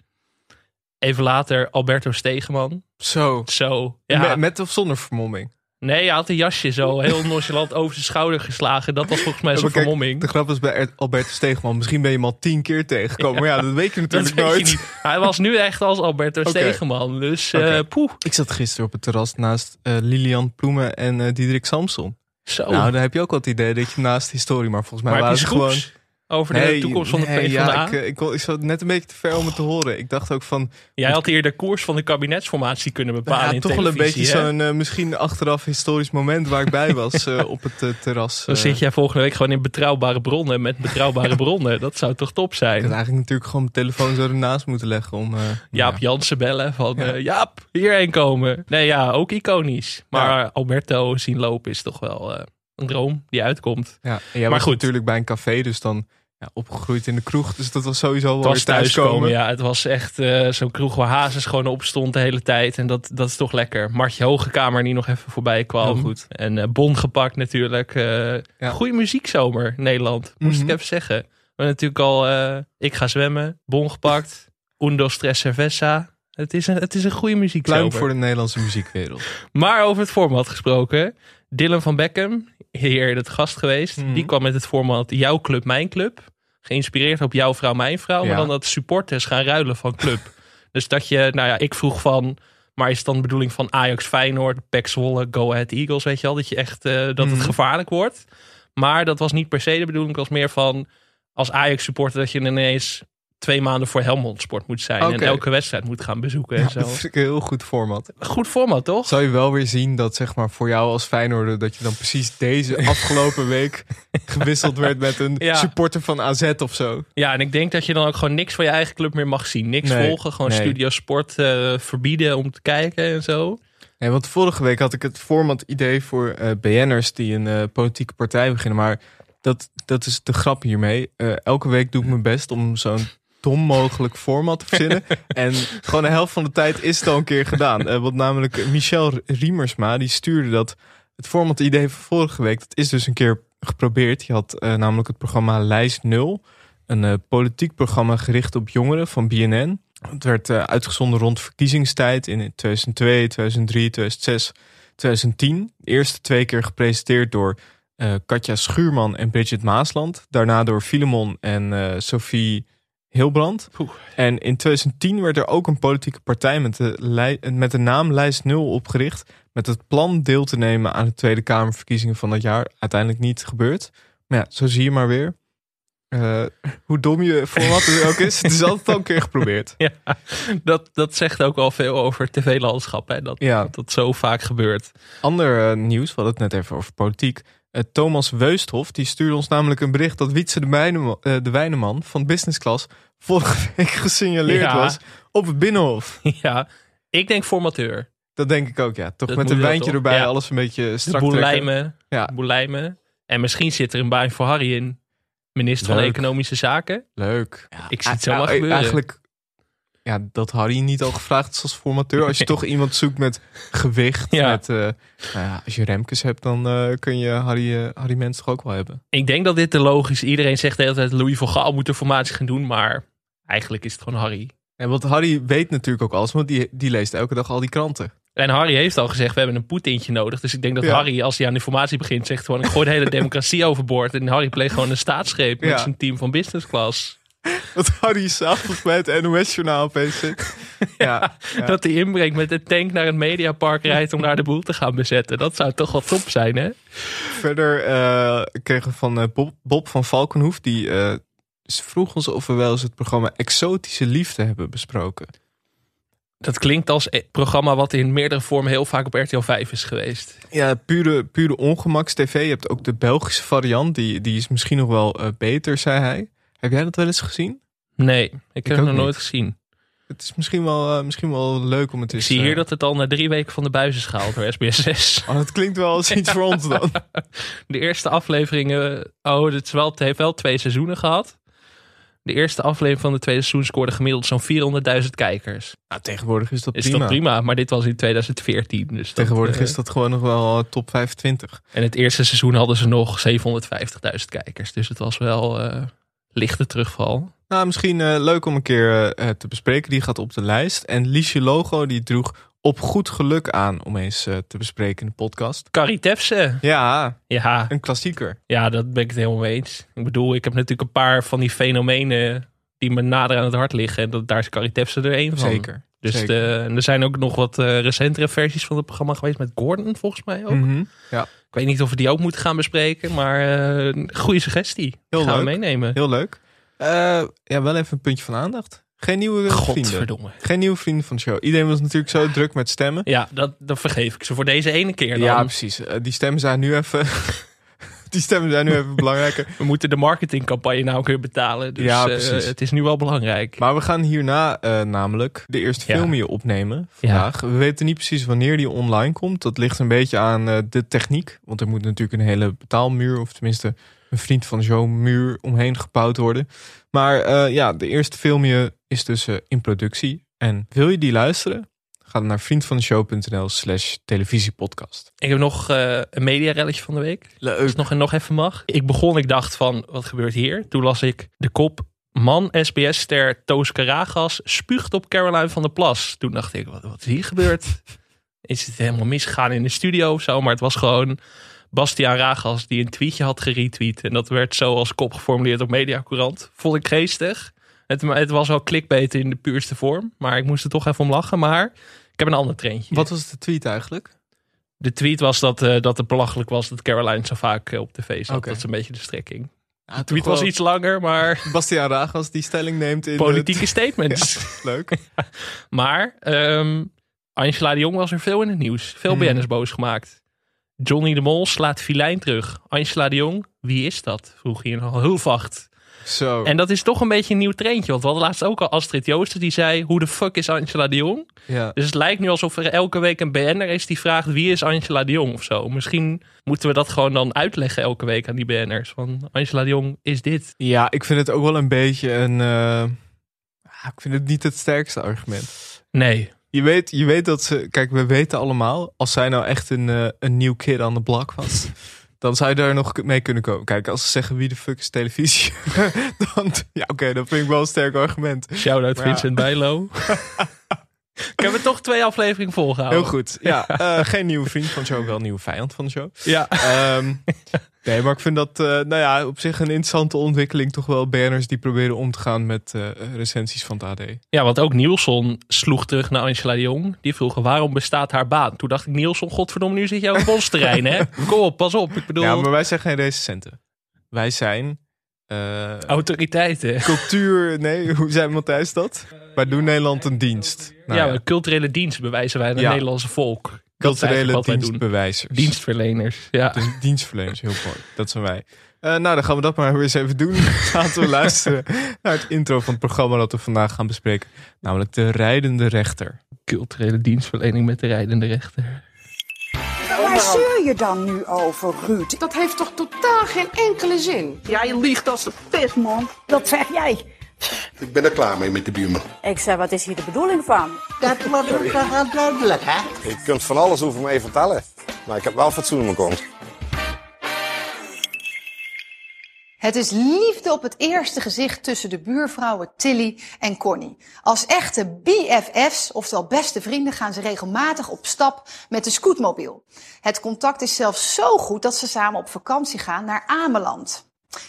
Speaker 1: Even later Alberto Stegeman.
Speaker 2: Zo.
Speaker 1: Zo. Ja.
Speaker 2: Met, met of zonder vermomming?
Speaker 1: Nee, hij had een jasje zo heel nonchalant over zijn schouder geslagen. Dat was volgens mij zo'n vermomming.
Speaker 2: De grap is bij Alberto Stegeman. Misschien ben je hem al tien keer tegengekomen. Ja. Maar ja, dat weet je natuurlijk
Speaker 1: dat
Speaker 2: nooit.
Speaker 1: Weet je niet. Hij was nu echt als Alberto okay. Stegeman. Dus okay. uh, poeh.
Speaker 2: Ik zat gisteren op het terras naast uh, Lilian Ploemen en uh, Diederik Samson.
Speaker 1: Zo.
Speaker 2: Nou, dan heb je ook wel het idee dat je naast historie, maar volgens mij
Speaker 1: maar
Speaker 2: waren ze gewoon
Speaker 1: over de nee, toekomst van de
Speaker 2: nee,
Speaker 1: PvdA.
Speaker 2: Ja, ik, ik, ik zat net een beetje te ver om het te horen. Ik dacht ook van...
Speaker 1: Jij had hier de koers van de kabinetsformatie kunnen bepalen ja, in
Speaker 2: toch
Speaker 1: televisie.
Speaker 2: Toch wel een beetje
Speaker 1: hè?
Speaker 2: zo'n uh, misschien achteraf historisch moment waar ik bij was uh, op het uh, terras.
Speaker 1: Dan uh, zit jij volgende week gewoon in betrouwbare bronnen met betrouwbare bronnen. Dat zou toch top zijn?
Speaker 2: Ik had eigenlijk natuurlijk gewoon mijn telefoon zo ernaast moeten leggen om... Uh,
Speaker 1: Jaap ja. Jansen bellen van ja. uh, Jaap, hierheen komen. Nee ja, ook iconisch. Maar ja. Alberto zien lopen is toch wel uh, een droom die uitkomt.
Speaker 2: Ja, en jij maar was goed. Natuurlijk bij een café, dus dan... Ja, opgegroeid in de kroeg, dus dat was sowieso wel weer thuiskomen.
Speaker 1: Ja, het was echt uh, zo'n kroeg waar Hazes gewoon op stond de hele tijd. En dat, dat is toch lekker. Martje Hogekamer die nog even voorbij kwam.
Speaker 2: Heel goed.
Speaker 1: En uh, Bon gepakt natuurlijk. Uh, ja. Goeie muziekzomer, Nederland. Moest mm-hmm. ik even zeggen. We hebben natuurlijk al uh, Ik ga zwemmen, Bon gepakt. Undo Stress Cerveza. Het is een, het is een goede muziekzomer.
Speaker 2: Pluim voor de Nederlandse muziekwereld.
Speaker 1: Maar over het format gesproken. Dylan van Beckham, hier het gast geweest. Mm-hmm. Die kwam met het format Jouw Club, Mijn Club. Geïnspireerd op Jouw Vrouw, Mijn Vrouw. Ja. Maar dan dat supporters gaan ruilen van club. Dus dat je, nou ja, ik vroeg van... Maar is het dan de bedoeling van Ajax, Feyenoord, P E C Zwolle, Go Ahead Eagles, weet je wel? Dat je echt, uh, dat mm. het gevaarlijk wordt. Maar dat was niet per se de bedoeling. Het was meer van, als Ajax supporter, dat je ineens twee maanden voor Helmond Sport moet zijn.
Speaker 2: Okay.
Speaker 1: En elke wedstrijd moet gaan bezoeken en
Speaker 2: Ja,
Speaker 1: zo.
Speaker 2: dat vind ik een heel goed format.
Speaker 1: Goed format, toch?
Speaker 2: Zou je wel weer zien dat zeg maar voor jou als Feyenoorder... dat je dan precies deze afgelopen week gewisseld werd met een
Speaker 1: Ja.
Speaker 2: supporter van A Z of zo.
Speaker 1: Ja, en ik denk dat je dan ook gewoon niks van je eigen club meer mag zien. Niks
Speaker 2: Nee,
Speaker 1: volgen, gewoon
Speaker 2: nee.
Speaker 1: Studio Sport uh, verbieden om te kijken en zo.
Speaker 2: Nee, want vorige week had ik het format idee voor uh, B N'ers die een uh, politieke partij beginnen. Maar dat, dat is de grap hiermee. Uh, elke week doe ik mijn best om zo'n dom mogelijk format te verzinnen. En gewoon de helft van de tijd is het al een keer gedaan. Uh, want namelijk Michel Riemersma, die stuurde dat... Het format idee van vorige week, dat is dus een keer geprobeerd. Je had uh, namelijk het programma Lijst Nul. Een uh, politiek programma gericht op jongeren van B N N. Het werd uh, uitgezonden rond verkiezingstijd in tweeduizend twee, tweeduizend drie, tweeduizend zes, tweeduizend tien. De eerste twee keer gepresenteerd door uh, Katja Schuurman en Bridget Maasland. Daarna door Filemon en uh, Sophie Hilbrand.
Speaker 1: Oeh.
Speaker 2: En in tweeduizend tien werd er ook een politieke partij met de, lij- met de naam Lijst Nul opgericht. Met het plan deel te nemen aan de Tweede Kamerverkiezingen van dat jaar. Uiteindelijk niet gebeurd. Maar ja, zo zie je maar weer. Uh, hoe dom je format er ook is. Het is altijd al een keer geprobeerd.
Speaker 1: Ja, dat, dat zegt ook wel veel over het tv-landschap. Hè? Dat,
Speaker 2: Ja.
Speaker 1: dat dat zo vaak gebeurt.
Speaker 2: Ander uh, nieuws, we hadden het net even over politiek. Uh, Thomas Weusthof, die stuurde ons namelijk een bericht... dat Wietse de, Wijneman, uh, de Wijneman van Business Class... vorige week gesignaleerd
Speaker 1: Ja.
Speaker 2: was op het Binnenhof.
Speaker 1: Ja, ik denk formateur.
Speaker 2: Dat denk ik ook, ja. Toch
Speaker 1: Dat
Speaker 2: met
Speaker 1: moet
Speaker 2: een
Speaker 1: wel,
Speaker 2: wijntje
Speaker 1: toch?
Speaker 2: erbij,
Speaker 1: Ja.
Speaker 2: alles een beetje strak
Speaker 1: Boel
Speaker 2: trekken.
Speaker 1: lijmen,
Speaker 2: Ja.
Speaker 1: boel lijmen. En misschien zit er een baan voor Harry in. Minister van
Speaker 2: Leuk.
Speaker 1: Economische Zaken.
Speaker 2: Leuk.
Speaker 1: Ik zie het zo
Speaker 2: Ja,
Speaker 1: wel gebeuren.
Speaker 2: Eigenlijk, ja, dat Harry niet al gevraagd is als formateur. Als je toch iemand zoekt met gewicht.
Speaker 1: Ja.
Speaker 2: Met, uh, nou ja, als je Remkes hebt, dan uh, kun je Harry, uh, Harry Mens toch ook wel hebben.
Speaker 1: Ik denk dat dit de logisch... Iedereen zegt de hele tijd Louis van Gaal moet de formatie gaan doen. Maar eigenlijk is het gewoon Harry.
Speaker 2: En want Harry weet natuurlijk ook alles, want die, die leest elke dag al die kranten.
Speaker 1: En Harry heeft al gezegd, we hebben een Poetintje nodig. Dus ik denk dat
Speaker 2: Ja.
Speaker 1: Harry, als hij aan de formatie begint, zegt gewoon... ik gooi de hele democratie overboord. En Harry pleegt gewoon een staatsgreep met
Speaker 2: Ja.
Speaker 1: zijn team van business class.
Speaker 2: Dat Harry s'avonds bij het N O S-journaal opeens zit. Ja, ja.
Speaker 1: Dat hij inbrengt met de tank naar het Mediapark rijdt om daar de boel te gaan bezetten. Dat zou toch wel top zijn, hè?
Speaker 2: Verder uh, kregen we van uh, Bob, Bob van Valkenhoef, die uh, vroeg ons of we wel eens het programma Exotische Liefde hebben besproken.
Speaker 1: Dat klinkt als een programma wat in meerdere vormen heel vaak op R T L vijf is geweest.
Speaker 2: Ja, pure, pure ongemaks-tv. Je hebt ook de Belgische variant, die, die is misschien nog wel uh, beter, zei hij. Heb jij dat wel eens gezien?
Speaker 1: Nee, ik, ik heb
Speaker 2: ook
Speaker 1: het nog nooit
Speaker 2: niet.
Speaker 1: gezien.
Speaker 2: Het is misschien wel, uh, misschien wel leuk om het
Speaker 1: Ik
Speaker 2: eens...
Speaker 1: zie hier
Speaker 2: uh,
Speaker 1: dat het al na drie weken van de buis is gehaald door S B S zes.
Speaker 2: Oh, dat klinkt wel als iets voor ons dan.
Speaker 1: De eerste afleveringen... Oh, het, is wel, het heeft wel twee seizoenen gehad. De eerste aflevering van de tweede seizoen scoorde gemiddeld zo'n vierhonderdduizend kijkers.
Speaker 2: Nou, tegenwoordig is dat
Speaker 1: Is
Speaker 2: prima.
Speaker 1: dat prima? Maar dit was in tweeduizend veertien. Dus dat,
Speaker 2: Tegenwoordig
Speaker 1: uh,
Speaker 2: is dat gewoon nog wel uh, top vijfentwintig.
Speaker 1: En het eerste seizoen hadden ze nog zevenhonderdvijftigduizend kijkers. Dus het was wel uh, lichte terugval.
Speaker 2: Nou, misschien uh, leuk om een keer uh, te bespreken. Die gaat op de lijst. En Liesje Logo, die droeg op goed geluk aan om eens uh, te bespreken in de podcast.
Speaker 1: Carrie Tefse.
Speaker 2: Ja,
Speaker 1: Ja,
Speaker 2: een klassieker.
Speaker 1: ja, dat ben ik het helemaal mee eens. Ik bedoel, ik heb natuurlijk een paar van die fenomenen die me nader aan het hart liggen. En dat, daar is Carrie Tefse er één van.
Speaker 2: Zeker.
Speaker 1: Dus
Speaker 2: zeker.
Speaker 1: de, en er zijn ook nog wat uh, recentere versies van het programma geweest met Gordon, volgens mij ook.
Speaker 2: Mm-hmm. Ja,
Speaker 1: Ik weet niet of we die ook moeten gaan bespreken, maar uh, goede suggestie.
Speaker 2: Heel
Speaker 1: gaan we
Speaker 2: leuk.
Speaker 1: meenemen.
Speaker 2: heel leuk. Uh, ja, wel even een puntje van aandacht. Geen nieuwe vrienden.
Speaker 1: Godverdomme.
Speaker 2: Geen nieuwe vrienden van de show. Iedereen was natuurlijk zo druk met stemmen.
Speaker 1: Ja, dat, dat vergeef ik ze voor deze ene keer dan.
Speaker 2: Ja, precies. Uh, die stemmen zijn nu even... die stemmen zijn nu even belangrijker.
Speaker 1: We moeten de marketingcampagne nou ook weer betalen. Dus
Speaker 2: Ja,
Speaker 1: uh,
Speaker 2: precies.
Speaker 1: het is nu wel belangrijk.
Speaker 2: Maar we gaan hierna uh, namelijk de eerste
Speaker 1: Ja.
Speaker 2: film hier opnemen vandaag. We weten niet precies wanneer die online komt. Dat ligt een beetje aan uh, de techniek. Want er moet natuurlijk een hele betaalmuur, of tenminste een vriend van zo'n muur omheen gebouwd worden. Maar uh, ja, de eerste filmje is dus uh, in productie. En wil je die luisteren? Ga dan naar vriendvandeshow.nl slash televisiepodcast.
Speaker 1: Ik heb nog uh, een mediarelletje van de week. Als het nog, nog even mag. Ik begon, ik dacht van, wat gebeurt hier? Toen las ik de kop, man S B S-ster Toos Karagas spuugt op Caroline van der Plas. Toen dacht ik, wat, wat is hier gebeurd? Is het helemaal misgegaan in de studio of zo? Maar het was gewoon Bastiaan Ragas die een tweetje had geretweet. En dat werd zo als kop geformuleerd op Mediacourant. Vond ik geestig. Het, het was wel clickbait in de puurste vorm. Maar ik moest er toch even om lachen. Maar ik heb een ander treintje.
Speaker 2: Wat was de tweet eigenlijk?
Speaker 1: De tweet was dat, uh, dat het belachelijk was dat Caroline zo vaak uh, op tv zat.
Speaker 2: Oké.
Speaker 1: Dat is een beetje de strekking.
Speaker 2: Ja,
Speaker 1: Het tweet was iets langer, maar...
Speaker 2: Bastiaan Ragas die stelling neemt in...
Speaker 1: Politieke
Speaker 2: het...
Speaker 1: statements.
Speaker 2: Ja, leuk.
Speaker 1: Maar um, Angela de Jong was er veel in het nieuws. Veel
Speaker 2: Hmm.
Speaker 1: B N'ers boos gemaakt. Johnny de Mol slaat filijn terug. Angela de Jong, wie is dat? Vroeg hij al heel vacht.
Speaker 2: Zo.
Speaker 1: En dat is toch een beetje een nieuw treintje. Want we hadden laatst ook al Astrid Joosten die zei... hoe de fuck is Angela de Jong?
Speaker 2: Ja.
Speaker 1: Dus het lijkt nu alsof er elke week een B N'er is die vraagt... wie is Angela de Jong of zo. Misschien moeten we dat gewoon dan uitleggen elke week aan die B N'ers. Van Angela de Jong is dit.
Speaker 2: Ja, ik vind het ook wel een beetje een... Uh... Ik vind het niet het sterkste argument.
Speaker 1: Nee.
Speaker 2: Je weet, je weet dat ze... Kijk, we weten allemaal... als zij nou echt een, uh, een nieuw kid aan de blok was... dan zou je daar nog mee kunnen komen. Kijk, als ze zeggen wie de fuck is televisie... dan, ja, oké, okay, dat vind ik wel een sterk argument.
Speaker 1: Shout-out
Speaker 2: maar
Speaker 1: Vincent ja. Bijlo. Ik heb het toch twee afleveringen volgehouden.
Speaker 2: Heel goed. Ja, uh, geen nieuwe vriend van de show, wel een nieuwe vijand van de show.
Speaker 1: Ja.
Speaker 2: Um, nee, maar ik vind dat uh, nou ja, op zich een interessante ontwikkeling. Toch wel B N'ers die proberen om te gaan met uh, recensies van het A D.
Speaker 1: Ja, want ook Nielsen sloeg terug naar Angela de Jong. Die vroeg, waarom bestaat haar baan? Toen dacht ik, Nielsen, godverdomme, nu zit jij op ons terrein, hè? Kom op, pas op. Ik bedoel...
Speaker 2: Ja, maar wij zijn geen recensenten. Wij zijn... Uh,
Speaker 1: autoriteiten.
Speaker 2: Cultuur, nee, hoe zei Matthijs dat? Wij doen Nederland een dienst.
Speaker 1: Nou, ja, ja, culturele dienst bewijzen wij aan het ja. Nederlandse volk.
Speaker 2: Culturele dienstbewijzers.
Speaker 1: Dienstverleners, ja.
Speaker 2: Dus dienstverleners, heel mooi. Dat zijn wij. Uh, nou, dan gaan we dat maar weer eens even doen. Laten we luisteren naar het intro van het programma dat we vandaag gaan bespreken. Namelijk de rijdende rechter.
Speaker 1: Culturele dienstverlening met de rijdende rechter.
Speaker 3: Waar zeur je dan nu over, Ruud?
Speaker 4: Dat heeft toch totaal geen enkele zin?
Speaker 3: Jij liegt als de pest, man. Dat zeg jij.
Speaker 5: Ik ben er klaar mee met de buurman.
Speaker 6: Ik zei, wat is hier de bedoeling van?
Speaker 7: Dat wordt ook wel duidelijk, hè?
Speaker 5: Je kunt van alles over me vertellen. Maar ik heb wel fatsoen in mijn kont.
Speaker 8: Het is liefde op het eerste gezicht tussen de buurvrouwen Tilly en Connie. Als echte B F F's, oftewel beste vrienden, gaan ze regelmatig op stap met de scootmobiel. Het contact is zelfs zo goed dat ze samen op vakantie gaan naar Ameland.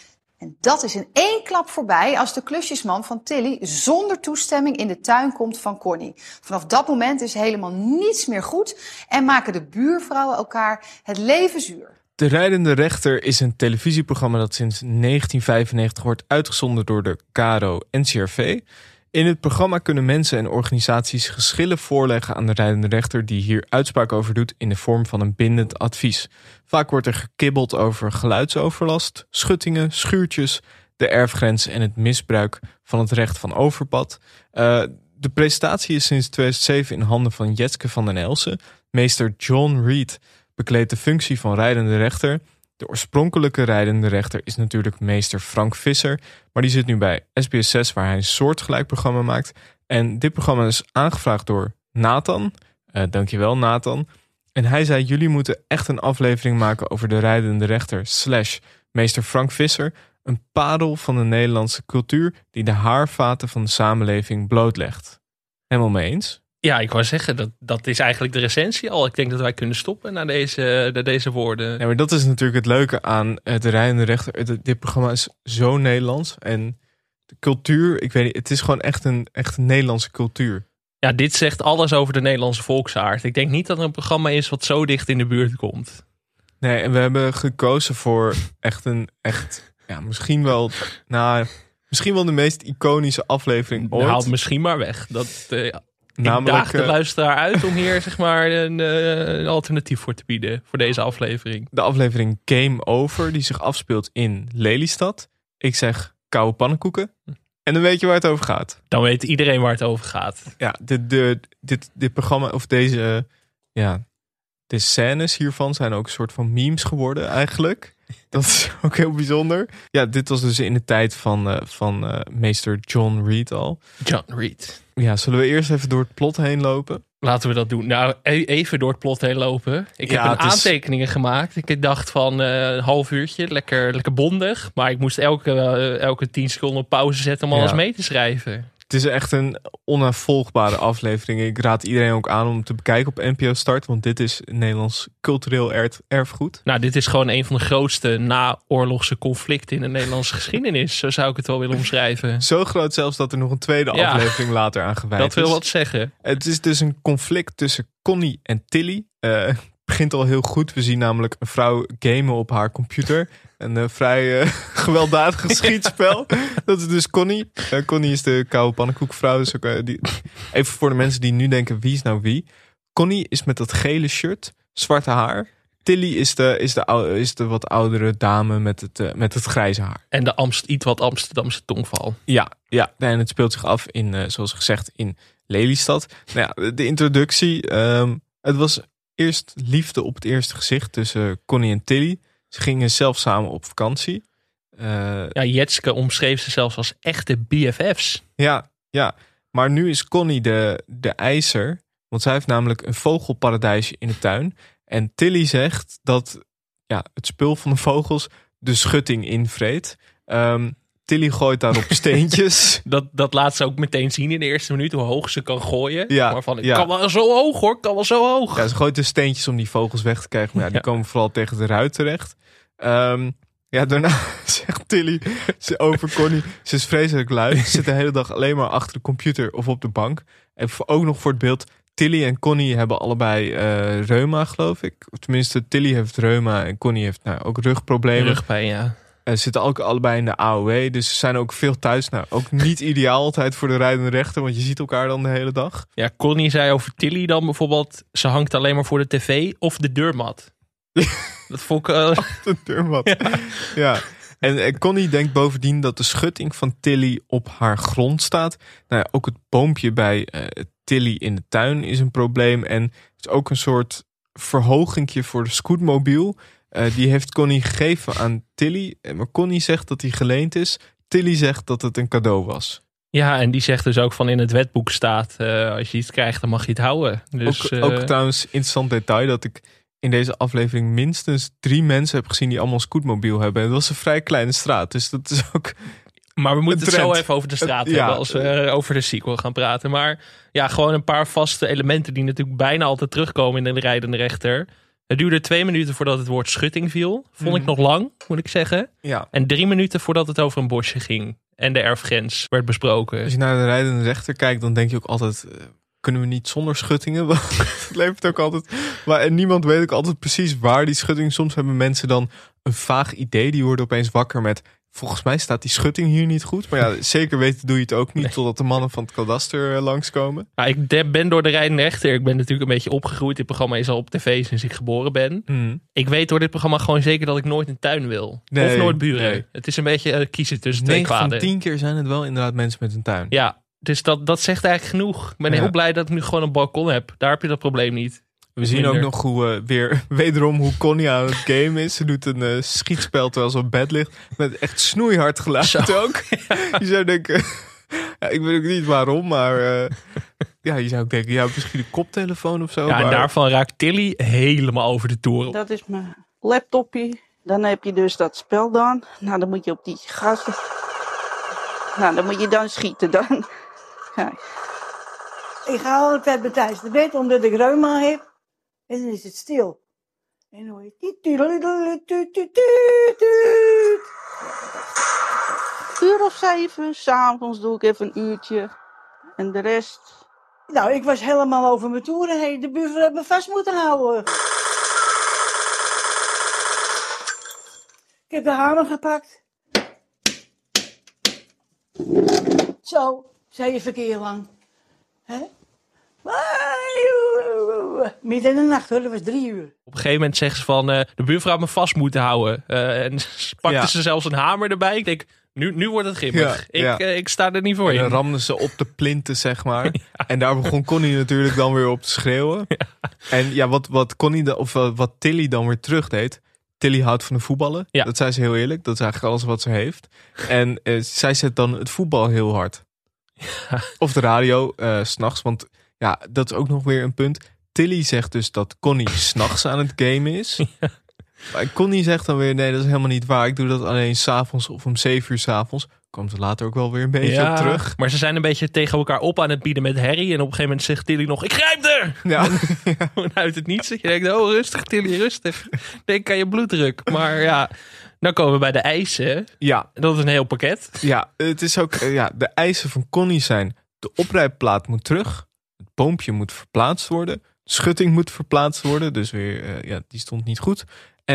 Speaker 8: En dat is in één klap voorbij als de klusjesman van Tilly zonder toestemming in de tuin komt van Connie. Vanaf dat moment is helemaal niets meer goed en maken de buurvrouwen elkaar het leven zuur.
Speaker 2: De Rijdende Rechter is een televisieprogramma dat sinds negentien vijfennegentig wordt uitgezonden door de K R O N C R V. In het programma kunnen mensen en organisaties geschillen voorleggen aan de rijdende rechter die hier uitspraak over doet in de vorm van een bindend advies. Vaak wordt er gekibbeld over geluidsoverlast, schuttingen, schuurtjes, de erfgrens en het misbruik van het recht van overpad. Uh, de presentatie is sinds tweeduizend zeven in handen van Jetske van den Elsen. Meester John Reed bekleedt de functie van rijdende rechter. De oorspronkelijke rijdende rechter is natuurlijk meester Frank Visser, maar die zit nu bij S B S zes waar hij een soortgelijk programma maakt. En dit programma is aangevraagd door Nathan. Uh, dankjewel Nathan. En hij zei, jullie moeten echt een aflevering maken over de rijdende rechter slash meester Frank Visser. Een parel van de Nederlandse cultuur die de haarvaten van de samenleving blootlegt. Helemaal mee eens?
Speaker 1: Ja, ik wou zeggen, dat, dat is eigenlijk de recensie al. Ik denk dat wij kunnen stoppen na deze, na deze woorden.
Speaker 2: Ja, maar dat is natuurlijk het leuke aan de rijdende rechter. Het, dit programma is zo Nederlands. En de cultuur, ik weet niet, het is gewoon echt een, echt een Nederlandse cultuur.
Speaker 1: Ja, dit zegt alles over de Nederlandse volksaard. Ik denk niet dat er een programma is wat zo dicht in de buurt komt.
Speaker 2: Nee, en we hebben gekozen voor echt een, echt, ja, misschien wel, nou, misschien wel de meest iconische aflevering ooit.
Speaker 1: Haal het misschien maar weg. Dat... Uh,
Speaker 2: Namelijk,
Speaker 1: ik daag de luisteraar uit om hier zeg maar een, uh, een alternatief voor te bieden. Voor deze aflevering.
Speaker 2: De aflevering Game Over. Die zich afspeelt in Lelystad. Ik zeg koude pannenkoeken. En dan weet je waar het over gaat.
Speaker 1: Dan weet iedereen waar het over gaat.
Speaker 2: Ja, de, de, dit, dit programma of deze... Uh, ja, de scènes hiervan zijn ook een soort van memes geworden eigenlijk. Dat is ook heel bijzonder. Ja, dit was dus in de tijd van, uh, van uh, meester John Reed al.
Speaker 1: John Reed.
Speaker 2: Ja, zullen we eerst even door het plot heen lopen?
Speaker 1: Laten we dat doen. Nou, even door het plot heen lopen. Ik
Speaker 2: ja,
Speaker 1: heb een
Speaker 2: is...
Speaker 1: aantekeningen gemaakt. Ik dacht van uh, een half uurtje, lekker, lekker bondig. Maar ik moest elke, uh, elke tien seconden op pauze zetten om alles ja. mee te schrijven.
Speaker 2: Het is echt een onafvolgbare aflevering. Ik raad iedereen ook aan om te bekijken op N P O Start. Want dit is Nederlands cultureel erf, erfgoed.
Speaker 1: Nou, dit is gewoon een van de grootste naoorlogse conflicten in de Nederlandse geschiedenis. Zo zou ik het wel willen omschrijven.
Speaker 2: Zo groot zelfs dat er nog een tweede ja, aflevering later aan gewijd is.
Speaker 1: Dat wil wat zeggen.
Speaker 2: Het is dus een conflict tussen Connie en Tilly. Uh, het begint al heel goed. We zien namelijk een vrouw gamen op haar computer. Een uh, vrij uh, gewelddadig schietspel. Dat is dus Connie. Uh, Connie is de koude pannenkoekvrouw. Dus ook, uh, die... Even voor de mensen die nu denken, wie is nou wie? Connie is met dat gele shirt, zwarte haar. Tilly is de, is de, is de wat oudere dame met het, uh, met het grijze haar.
Speaker 1: En de Amst, iets wat Amsterdamse tongval.
Speaker 2: Ja, ja, en het speelt zich af in, uh, zoals gezegd, in Lelystad. Nou ja, de introductie. Um, het was eerst liefde op het eerste gezicht tussen Connie en Tilly. Ze gingen zelf samen op vakantie. Uh,
Speaker 1: ja, Jetske omschreef ze zelfs als echte B F F's.
Speaker 2: Ja, ja. Maar nu is Connie de, de eiser. Want zij heeft namelijk een vogelparadijsje in de tuin. En Tilly zegt dat ja, het spul van de vogels de schutting invreet. Um, Tilly gooit daarop steentjes.
Speaker 1: dat, dat laat ze ook meteen zien in de eerste minuut hoe hoog ze kan gooien.
Speaker 2: Ja,
Speaker 1: maar van, ik
Speaker 2: ja.
Speaker 1: kan wel zo hoog hoor, kan wel zo hoog.
Speaker 2: Ja, ze gooit dus steentjes om die vogels weg te krijgen. Maar ja, die ja. komen vooral tegen de ruit terecht. Um, ja, daarna zegt Tilly ze over Connie. Ze is vreselijk lui. Ze zit de hele dag alleen maar achter de computer of op de bank. En ook nog voor het beeld... Tilly en Connie hebben allebei uh, reuma, geloof ik. Of tenminste, Tilly heeft reuma en Connie heeft nou, ook rugproblemen.
Speaker 1: Rugpijn, ja.
Speaker 2: Ze zitten ook allebei in de A O W, dus ze zijn ook veel thuis. Nou, ook niet ideaal altijd voor de rijdende rechter, want je ziet elkaar dan de hele dag.
Speaker 1: Ja, Connie zei over Tilly dan bijvoorbeeld... ze hangt alleen maar voor de tv of de deurmat. Dat vond ik... Uh...
Speaker 2: de deurmat, ja. ja. En, en Connie denkt bovendien dat de schutting van Tilly op haar grond staat. Nou ja, ook het boompje bij uh, Tilly in de tuin is een probleem. En het is ook een soort verhogingje voor de scootmobiel. Uh, die heeft Connie gegeven aan Tilly. Maar Connie zegt dat die geleend is. Tilly zegt dat het een cadeau was.
Speaker 1: Ja, en die zegt dus ook van in het wetboek staat... Uh, als je iets krijgt, dan mag je het houden. Dus,
Speaker 2: ook,
Speaker 1: uh...
Speaker 2: ook trouwens interessant detail dat ik in deze aflevering minstens drie mensen heb gezien die allemaal een scootmobiel hebben. En dat was een vrij kleine straat, dus dat is ook...
Speaker 1: Maar we moeten het zo even over de straat
Speaker 2: het,
Speaker 1: hebben
Speaker 2: ja,
Speaker 1: als we uh, over de sequel gaan praten. Maar ja, gewoon een paar vaste elementen die natuurlijk bijna altijd terugkomen in de rijdende rechter. Het duurde twee minuten voordat het woord schutting viel. Vond mm. ik nog lang, moet ik zeggen.
Speaker 2: Ja.
Speaker 1: En drie minuten voordat het over een bosje ging. En de erfgrens werd besproken.
Speaker 2: Als je naar de rijdende rechter kijkt, dan denk je ook altijd... Uh, kunnen we niet zonder schuttingen? Het levert ook altijd... Maar, en niemand weet ook altijd precies waar die schutting... Soms hebben mensen dan een vaag idee. Die worden opeens wakker met... Volgens mij staat die schutting hier niet goed. Maar ja, zeker weten doe je het ook niet... Nee. Totdat de mannen van het kadaster uh, langskomen.
Speaker 1: Nou, ik de, ben door de rijdende rechter... Ik ben natuurlijk een beetje opgegroeid. Dit programma is al op tv sinds ik geboren ben. Mm. Ik weet door dit programma gewoon zeker... dat ik nooit een tuin wil. Nee, of nooit buren. Nee. Het is een beetje uh, kiezen tussen twee kwaden.
Speaker 2: negen van tien keer zijn het wel inderdaad mensen met een tuin.
Speaker 1: Ja, dus dat, dat zegt eigenlijk genoeg. Ik ben ja. heel blij dat ik nu gewoon een balkon heb. Daar heb je dat probleem niet.
Speaker 2: We zien minder. Ook nog hoe uh, weer wederom hoe Connie aan het game is. Ze doet een uh, schietspel terwijl ze op bed ligt. Met echt snoeihard geluid Zo. ook. Ja. Je zou denken... ja, ik weet ook niet waarom, maar... Uh, ja, je zou ook denken, ja, misschien een koptelefoon of zo.
Speaker 1: Ja,
Speaker 2: maar...
Speaker 1: en daarvan raakt Tilly helemaal over de toeren.
Speaker 7: Dat is mijn laptopje. Dan heb je dus dat spel dan. Nou, dan moet je op die gasten... Nou, dan moet je dan schieten dan. Kijk.
Speaker 9: Ik ga altijd bij Thijs de bed, omdat ik reuma heb. En dan is het stil. En dan hoor je...
Speaker 7: Uur of zeven, s'avonds doe ik even een uurtje. En de rest...
Speaker 9: Nou, ik was helemaal over mijn toeren heen. De buurvrouw heeft me vast moeten houden. Ik heb de hamer gepakt. Zo, zei je verkeer lang. Hè? Midden in de nacht hoor, dat was drie uur.
Speaker 1: Op een gegeven moment zegt ze van, uh, de buurvrouw had me vast moeten houden. Uh, en pakte ja. ze zelfs een hamer erbij. Ik denk, nu, nu wordt het grimmig. Ja, ik, ja. Uh, ik sta er niet voor in.
Speaker 2: En dan ramden ze op de plinten, zeg maar. Ja. En daar begon Connie natuurlijk dan weer op te schreeuwen. Ja. En ja, wat, wat Connie, de, of wat Tilly dan weer terug deed. Tilly houdt van de voetballen. Ja. Dat zei ze heel eerlijk. Dat is eigenlijk alles wat ze heeft. En uh, zij zet dan het voetbal heel hard. Ja. Of de radio, uh, 's nachts. Want ja, dat is ook nog weer een punt. Tilly zegt dus dat Connie 's nachts aan het gamen is. Ja. Maar Connie zegt dan weer, nee, dat is helemaal niet waar. Ik doe dat alleen 's avonds of om zeven uur 's avonds. Komt er later ook wel weer een beetje ja, op terug.
Speaker 1: Maar ze zijn een beetje tegen elkaar op aan het bieden met Harry. En op een gegeven moment zegt Tilly nog, ik grijp er! Ja. En uit het niets. Je denkt, oh rustig Tilly, rustig. Denk aan je bloeddruk. Maar ja, dan komen we bij de eisen.
Speaker 2: Ja.
Speaker 1: Dat is een heel pakket.
Speaker 2: Ja, het is ook, ja, de eisen van Connie zijn, de oprijplaat moet terug. Het boompje moet verplaatst worden. De schutting moet verplaatst worden. Dus weer, uh, ja, die stond niet goed. En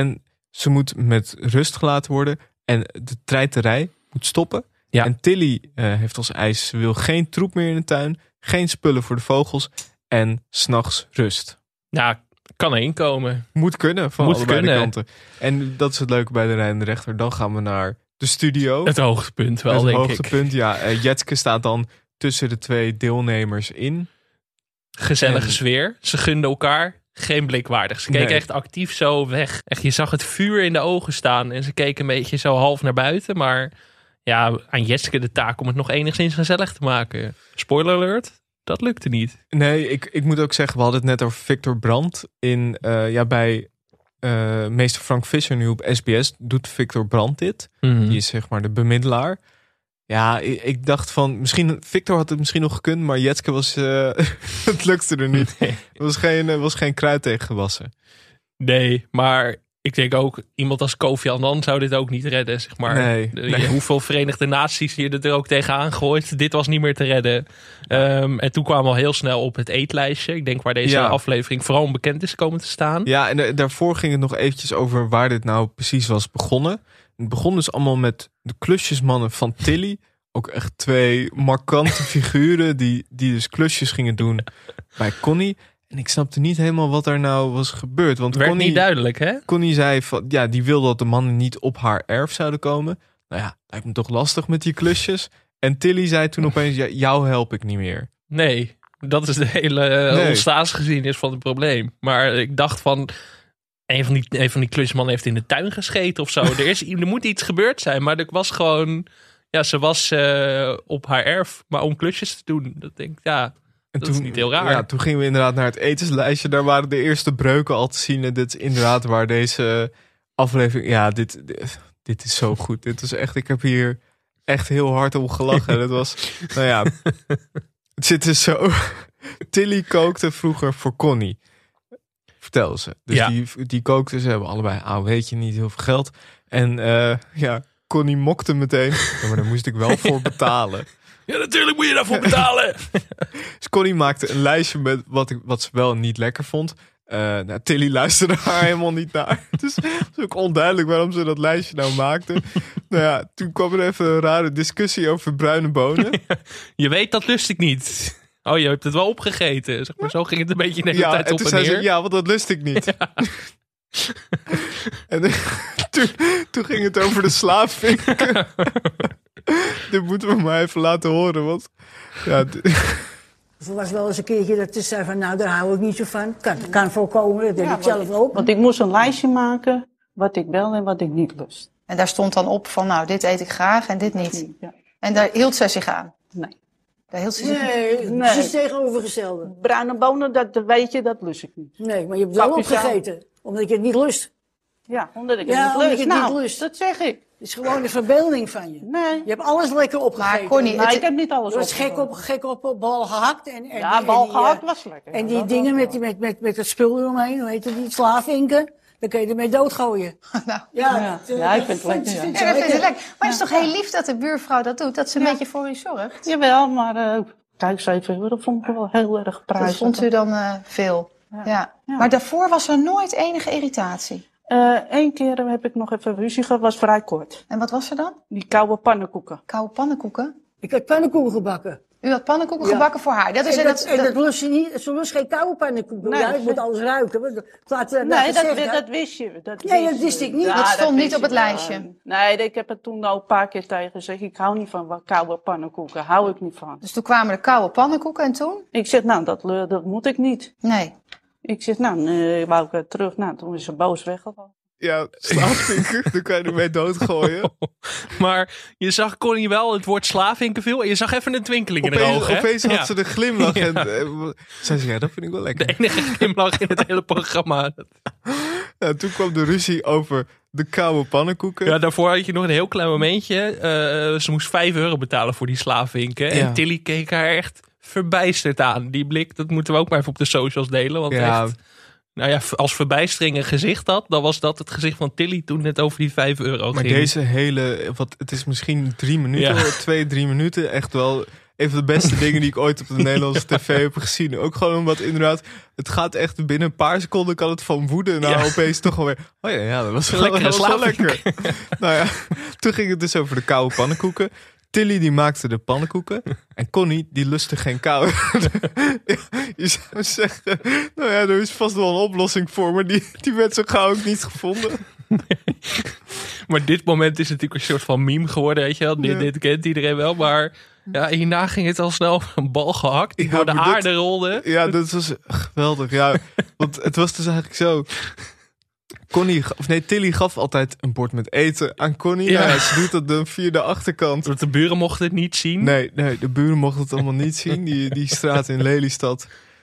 Speaker 2: Ze moet met rust gelaten worden. En de treiterij moet stoppen.
Speaker 1: Ja.
Speaker 2: En Tilly uh, heeft als eis, ze wil geen troep meer in de tuin. Geen spullen voor de vogels. En 's nachts rust.
Speaker 1: Ja, kan er inkomen.
Speaker 2: Moet kunnen van
Speaker 1: Moet
Speaker 2: allebei
Speaker 1: kunnen.
Speaker 2: de kanten. En dat is het leuke bij de rijdende rechter. Dan gaan we naar de studio.
Speaker 1: Het hoogtepunt wel,
Speaker 2: het
Speaker 1: denk
Speaker 2: hoogtepunt,
Speaker 1: ik.
Speaker 2: ja. Uh, Jetske staat dan tussen de twee deelnemers in.
Speaker 1: Gezellige
Speaker 2: En-
Speaker 1: sfeer. Ze gunden elkaar. Geen blikwaardig. Ze keken
Speaker 2: Nee.
Speaker 1: echt actief zo weg. Echt, je zag het vuur in de ogen staan. En ze keken een beetje zo half naar buiten. Maar ja, aan Jetske de taak om het nog enigszins gezellig te maken. Spoiler alert, dat lukte niet.
Speaker 2: Nee, ik, ik moet ook zeggen, we hadden het net over Victor Brandt. In, uh, ja, bij uh, meester Frank Visser nu op S B S doet Victor Brandt dit. Die is zeg maar de bemiddelaar. Ja, ik, ik dacht van, misschien Victor had het misschien nog gekund, maar Jetske was, uh, het lukte er niet.
Speaker 1: Nee.
Speaker 2: Er was geen, er was geen kruid tegen gewassen.
Speaker 1: Nee, maar ik denk ook, iemand als Kofi Annan zou dit ook niet redden, zeg maar.
Speaker 2: Nee,
Speaker 1: De-
Speaker 2: nee.
Speaker 1: Hoeveel Verenigde Naties je er ook tegenaan gooit. Dit was niet meer te redden. Um, en toen kwamen we al heel snel op het eetlijstje. Ik denk waar deze
Speaker 2: Ja.
Speaker 1: aflevering vooral onbekend is komen te staan.
Speaker 2: Ja, en da- daarvoor ging het nog eventjes over waar dit nou precies was begonnen. Het begon dus allemaal met de klusjesmannen van Tilly. Ook echt twee markante figuren die, die dus klusjes gingen doen bij Connie. En ik snapte niet helemaal wat er nou was gebeurd. Want
Speaker 1: Werd
Speaker 2: Connie,
Speaker 1: niet duidelijk, hè?
Speaker 2: Connie zei van, ja, die wilde dat de mannen niet op haar erf zouden komen. Nou ja, lijkt me toch lastig met die klusjes. En Tilly zei toen opeens, ja, jou help ik niet meer.
Speaker 1: Nee, dat is de hele uh,
Speaker 2: Nee.
Speaker 1: ontstaansgeschiedenis van het probleem. Maar ik dacht van, een van die, een van die klusmannen heeft in de tuin gescheten of zo. er, is, er moet iets gebeurd zijn, maar er was gewoon... Ja, ze was uh, op haar erf, maar om klusjes te doen. Dat denk ik, ja,
Speaker 2: En
Speaker 1: dat is niet heel raar.
Speaker 2: Ja, toen gingen we inderdaad naar het etenslijstje. Daar waren de eerste breuken al te zien. En dit is inderdaad waar deze aflevering... Ja, dit, dit, dit is zo goed. Dit was echt... Ik heb hier echt heel hard om gelachen. Dat was... Nou ja... Het zit dus zo... Tilly kookte vroeger voor Connie. Vertel ze. Dus
Speaker 1: Ja.
Speaker 2: die, die kookte. Ze hebben allebei, ah, weet je, niet heel veel geld. En uh, ja, Connie mokte meteen. Ja, maar daar moest ik wel voor betalen.
Speaker 1: Ja, natuurlijk moet je daarvoor betalen.
Speaker 2: Dus Connie maakte een lijstje met wat, ik, wat ze wel niet lekker vond. Uh, nou, Tilly luisterde haar helemaal niet naar. Dus het is ook onduidelijk waarom ze dat lijstje nou maakte. Nou ja, toen kwam er even een rare discussie over bruine bonen.
Speaker 1: Je weet, dat lust ik niet. Oh, je hebt het wel opgegeten. Zeg maar, zo ging het een beetje de hele
Speaker 2: Ja,
Speaker 1: tijd
Speaker 2: en
Speaker 1: op
Speaker 2: toen
Speaker 1: en
Speaker 2: zei
Speaker 1: neer.
Speaker 2: ze, ja, want dat lust ik niet.
Speaker 1: Ja.
Speaker 2: En uh, toen, toen ging het over de slaafvinken. Dit moeten we maar even laten horen, want... Ja, d-
Speaker 9: Er was wel eens een keertje dat ze zei van, nou, daar hou ik niet zo van. Kan, kan voorkomen, dat deed
Speaker 7: Ja,
Speaker 9: ik zelf ook.
Speaker 7: Want ik moest een lijstje maken wat ik wel en wat ik niet lust.
Speaker 8: En daar stond dan op van, nou, dit eet ik graag en dit niet.
Speaker 7: Ja.
Speaker 8: En daar hield zij zich aan.
Speaker 7: Nee.
Speaker 8: Daar hield ze zich
Speaker 9: Nee,
Speaker 7: Nee.
Speaker 9: precies tegenovergestelde.
Speaker 7: Bruine bonen, dat weet je, dat lust ik niet.
Speaker 9: Nee, maar je hebt wel
Speaker 7: Papizaal.
Speaker 9: opgegeten, omdat je het niet lust.
Speaker 7: Ja, omdat ik
Speaker 9: Ja,
Speaker 7: het
Speaker 9: omdat
Speaker 7: niet
Speaker 9: je
Speaker 7: lust.
Speaker 9: het niet
Speaker 7: Nou,
Speaker 9: lust.
Speaker 7: dat zeg ik.
Speaker 9: Het is gewoon de verbeelding van je.
Speaker 7: Nee.
Speaker 9: Je hebt alles lekker opgegeten.
Speaker 8: Maar Connie,
Speaker 7: Nou,
Speaker 8: het-
Speaker 7: ik heb niet alles
Speaker 9: Je was gek
Speaker 7: opgegeten.
Speaker 9: op, gek op, op bal gehakt. En, en,
Speaker 7: Ja,
Speaker 9: en
Speaker 7: bal
Speaker 9: die,
Speaker 7: gehakt
Speaker 9: eh,
Speaker 7: was lekker.
Speaker 9: En
Speaker 7: Ja,
Speaker 9: die
Speaker 7: dat
Speaker 9: dingen
Speaker 7: wel.
Speaker 9: met, die- met, met, met het spul eromheen, hoe heet het, die slaafvinken. Dan kun je ermee doodgooien.
Speaker 8: Nou,
Speaker 9: Ja,
Speaker 7: Ja.
Speaker 9: dat, eh,
Speaker 7: Ja, ik vind het
Speaker 9: dat
Speaker 7: lekker, ja.
Speaker 9: vind
Speaker 8: ja,
Speaker 9: ze
Speaker 8: dat vind ik
Speaker 9: lekker.
Speaker 8: lekker. Maar het is toch heel lief dat de buurvrouw dat doet? Dat ze een beetje voor u zorgt?
Speaker 7: Jawel, maar uh, kijk, zeven euro vond ik wel heel erg prijzig.
Speaker 8: Dat vond u dan uh, veel? Ja.
Speaker 7: Ja.
Speaker 8: Maar daarvoor was er nooit enige irritatie.
Speaker 7: Eén keer heb ik nog even ruzie gehad, was vrij kort.
Speaker 8: En wat was er dan?
Speaker 7: Die koude pannenkoeken.
Speaker 8: Koude pannenkoeken?
Speaker 9: Ik had pannenkoeken gebakken.
Speaker 8: U had pannenkoeken
Speaker 9: Ja.
Speaker 8: gebakken voor haar. Dat is
Speaker 9: En
Speaker 8: dat,
Speaker 9: dat, en dat lust ze niet. Ze lust geen koude pannenkoeken.
Speaker 7: Nee,
Speaker 9: ja, ik
Speaker 7: dat
Speaker 9: moet
Speaker 7: vind-
Speaker 9: alles ruiken. want Het laat,
Speaker 7: Nee,
Speaker 9: laat
Speaker 7: dat,
Speaker 9: gezegd, hè.
Speaker 7: dat wist je. Dat
Speaker 9: Nee,
Speaker 7: wist
Speaker 9: dat wist
Speaker 7: je.
Speaker 9: ik niet.
Speaker 8: Dat stond niet
Speaker 7: wist
Speaker 8: op het
Speaker 7: je wel.
Speaker 8: lijstje.
Speaker 7: Nee, ik heb het toen al een paar keer tegen gezegd. Ik hou niet van wat koude pannenkoeken. Hou ik niet van.
Speaker 8: Dus toen kwamen de koude pannenkoeken en toen?
Speaker 7: Ik zeg, nou, dat, le- dat moet ik niet.
Speaker 8: Nee.
Speaker 7: Ik zeg, nou, nee, wou ik het terug. Nou, toen is ze boos weggevallen.
Speaker 2: ja, slaafvinken, dan kan je ermee doodgooien.
Speaker 1: Maar je zag Connie wel het woord slaafvinken veel. En je zag even een twinkeling in haar
Speaker 2: Opeens,
Speaker 1: ogen. hè?
Speaker 2: opeens had
Speaker 1: Ja.
Speaker 2: ze de glimlach. En uh, zei ze, ja, dat vind ik wel lekker.
Speaker 1: De enige glimlach in het hele programma.
Speaker 2: Ja, toen kwam de ruzie over de koude pannenkoeken.
Speaker 1: Ja, daarvoor had je nog een heel klein momentje. Uh, ze moest vijf euro betalen voor die slaafvinken. En
Speaker 2: Ja.
Speaker 1: Tilly keek haar echt verbijsterd aan. Die blik, dat moeten we ook maar even op de socials delen. Want
Speaker 2: Ja.
Speaker 1: echt, nou ja, als verbijstering een gezicht had, dan was dat het gezicht van Tilly toen het over die vijf euro
Speaker 2: Maar
Speaker 1: ging.
Speaker 2: deze hele, wat, het is misschien drie minuten,
Speaker 1: Ja.
Speaker 2: twee, drie minuten, echt wel. een van de beste dingen die ik ooit op de Nederlandse tv heb gezien. Ook gewoon omdat inderdaad, het gaat echt binnen een paar seconden kan het van woede naar ja. opeens toch alweer. Oh ja, ja dat was wel lekker. Dat was wel lekker. Nou ja, toen ging het dus over de koude pannenkoeken. Tilly die maakte de pannenkoeken en Connie die lustte geen kou. Ja, je zou zeggen, nou ja, er is vast wel een oplossing voor, maar die, die werd zo gauw ook niet gevonden.
Speaker 1: Nee. Maar dit moment is natuurlijk een soort van meme geworden, weet je wel. Dit, ja. dit kent iedereen wel, maar ja, hierna ging het al snel een bal gehakt die ja, door de aarde dat, rolde.
Speaker 2: Ja, dat was geweldig. Ja, want het was dus eigenlijk zo. Connie, of nee, Tilly gaf altijd een bord met eten aan Connie. Ja. Ja, ze doet dat dan via de achterkant.
Speaker 1: Want de buren mochten het niet zien.
Speaker 2: Nee, nee, de buren mochten het allemaal niet zien. Die, die straat in Lelystad.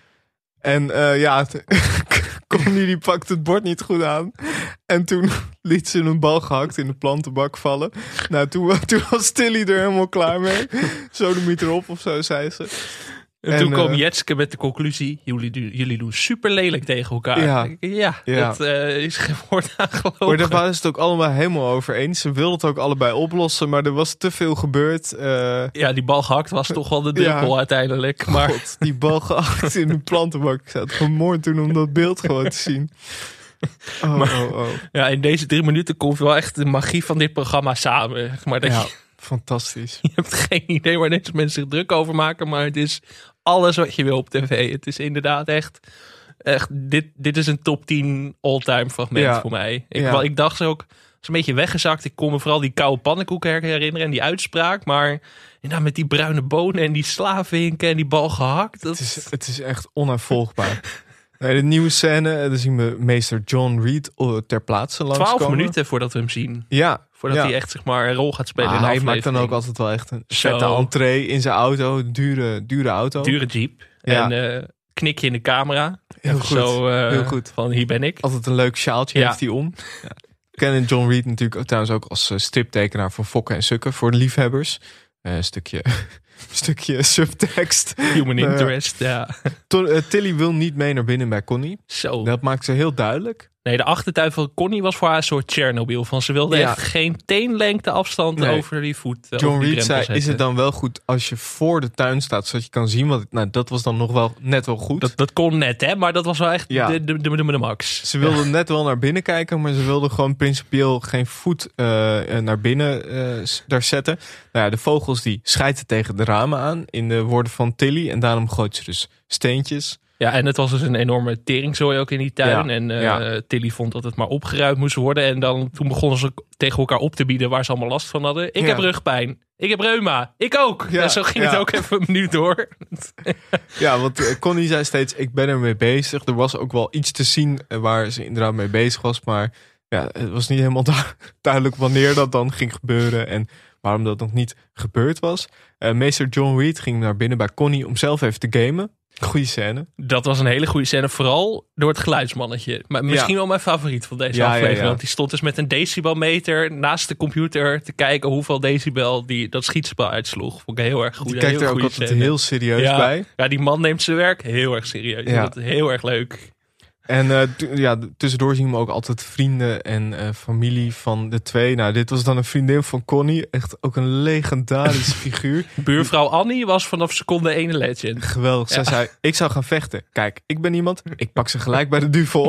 Speaker 2: En uh, ja, Connie die pakte het bord niet goed aan. En toen liet ze een bal gehakt in de plantenbak vallen. Nou, toen, toen was Tilly er helemaal klaar mee. Sodemiet erop of zo, zei ze.
Speaker 1: En, en toen kwam uh, Jetske met de conclusie, jullie, jullie doen super lelijk tegen elkaar.
Speaker 2: Ja,
Speaker 1: ja, ja. dat uh, is geen woord aangelogen.
Speaker 2: Maar daar waren ze het ook allemaal helemaal over eens. Ze wilden het ook allebei oplossen, maar er was te veel gebeurd. Uh,
Speaker 1: ja, die bal gehakt was toch wel de druppel ja, uiteindelijk. Maar
Speaker 2: God, die bal gehakt in de plantenbak. Ik zou het vermoord doen om dat beeld gewoon te zien. Oh,
Speaker 1: maar,
Speaker 2: oh, oh.
Speaker 1: Ja, in deze drie minuten komt wel echt de magie van dit programma samen. Maar dat
Speaker 2: ja,
Speaker 1: je,
Speaker 2: fantastisch.
Speaker 1: Je hebt geen idee waar deze mensen zich druk over maken, maar het is alles wat je wil op tv. Het is inderdaad echt, echt dit, dit is een top tien all-time fragment ja. voor mij. Ik, ja. wel, ik dacht ook, het is een beetje weggezakt. Ik kon me vooral die koude pannenkoeken herinneren en die uitspraak. Maar nou, met die bruine bonen en die slavinken en die bal gehakt. Dat...
Speaker 2: Het, is, het is echt onaanvolgbaar. Nee, de nieuwe scène, dan zien we meester John Reed ter plaatse langskomen.
Speaker 1: Twaalf minuten voordat we hem zien.
Speaker 2: Ja.
Speaker 1: Voordat
Speaker 2: ja.
Speaker 1: hij echt zeg maar een rol gaat spelen
Speaker 2: ah,
Speaker 1: in de
Speaker 2: hij
Speaker 1: aflevering.
Speaker 2: maakt dan ook altijd wel echt een vette entree in zijn auto. Dure, dure auto.
Speaker 1: Dure Jeep. Ja. En uh, knikje in de camera.
Speaker 2: Heel goed.
Speaker 1: Zo, uh,
Speaker 2: Heel goed.
Speaker 1: Van hier ben ik.
Speaker 2: Altijd een leuk sjaaltje ja. heeft hij om. Ja. We kennen John Reed natuurlijk ook, trouwens ook als uh, striptekenaar van Fokken en Sukken. Voor de liefhebbers. Uh, een stukje... stukje subtekst.
Speaker 1: Human interest, uh, ja.
Speaker 2: To- uh, Tilly wil niet mee naar binnen bij Connie.
Speaker 1: Zo.
Speaker 2: Dat maakt ze heel duidelijk.
Speaker 1: Nee, de achtertuin van Connie was voor haar een soort Chernobyl. Van ze wilde ja. echt geen teenlengte afstand nee. over die voet. Uh,
Speaker 2: John
Speaker 1: Reed
Speaker 2: zei, is het dan wel goed als je voor de tuin staat, zodat je kan zien wat... Nou, dat was dan nog wel net wel goed.
Speaker 1: Dat, dat kon net, hè? Maar dat was wel echt ja. de, de, de, de, de max.
Speaker 2: Ze wilde ja. net wel naar binnen kijken, maar ze wilde gewoon principieel geen voet uh, naar binnen uh, daar zetten. Nou ja, de vogels die schijten tegen de ramen aan, in de woorden van Tilly. En daarom gooit ze dus steentjes.
Speaker 1: Ja, en het was dus een enorme teringzooi ook in die tuin.
Speaker 2: Ja,
Speaker 1: en uh,
Speaker 2: ja.
Speaker 1: Tilly vond dat het maar opgeruimd moest worden. En dan toen begonnen ze tegen elkaar op te bieden waar ze allemaal last van hadden. Ik ja. heb rugpijn. Ik heb reuma. Ik ook. Ja, en zo ging ja. het ook even een minuut door.
Speaker 2: Ja, want uh, Connie zei steeds, ik ben ermee bezig. Er was ook wel iets te zien waar ze inderdaad mee bezig was. Maar ja, het was niet helemaal du- duidelijk wanneer dat dan ging gebeuren. En waarom dat nog niet gebeurd was. Uh, meester John Reed ging naar binnen bij Connie om zelf even te gamen. Goeie scène.
Speaker 1: Dat was een hele goede scène. Vooral door het geluidsmannetje. Maar misschien ja. wel mijn favoriet van deze ja, aflevering. Ja, ja. Want die stond dus met een decibelmeter naast de computer te kijken hoeveel decibel die dat schietspel uitsloeg. Vond ik heel erg goed.
Speaker 2: Die kijkt er ook altijd heel serieus
Speaker 1: ja.
Speaker 2: bij.
Speaker 1: Ja, die man neemt zijn werk heel erg serieus. Ja. Dat is heel erg leuk.
Speaker 2: En uh, t- ja, tussendoor zien we ook altijd vrienden en uh, familie van de twee. Nou, dit was dan een vriendin van Connie. Echt ook een legendarische figuur.
Speaker 1: Buurvrouw Annie was vanaf seconde één een legend.
Speaker 2: Geweldig. Zij ja. zei, ik zou gaan vechten. Kijk, ik ben iemand. Ik pak ze gelijk bij de duvel.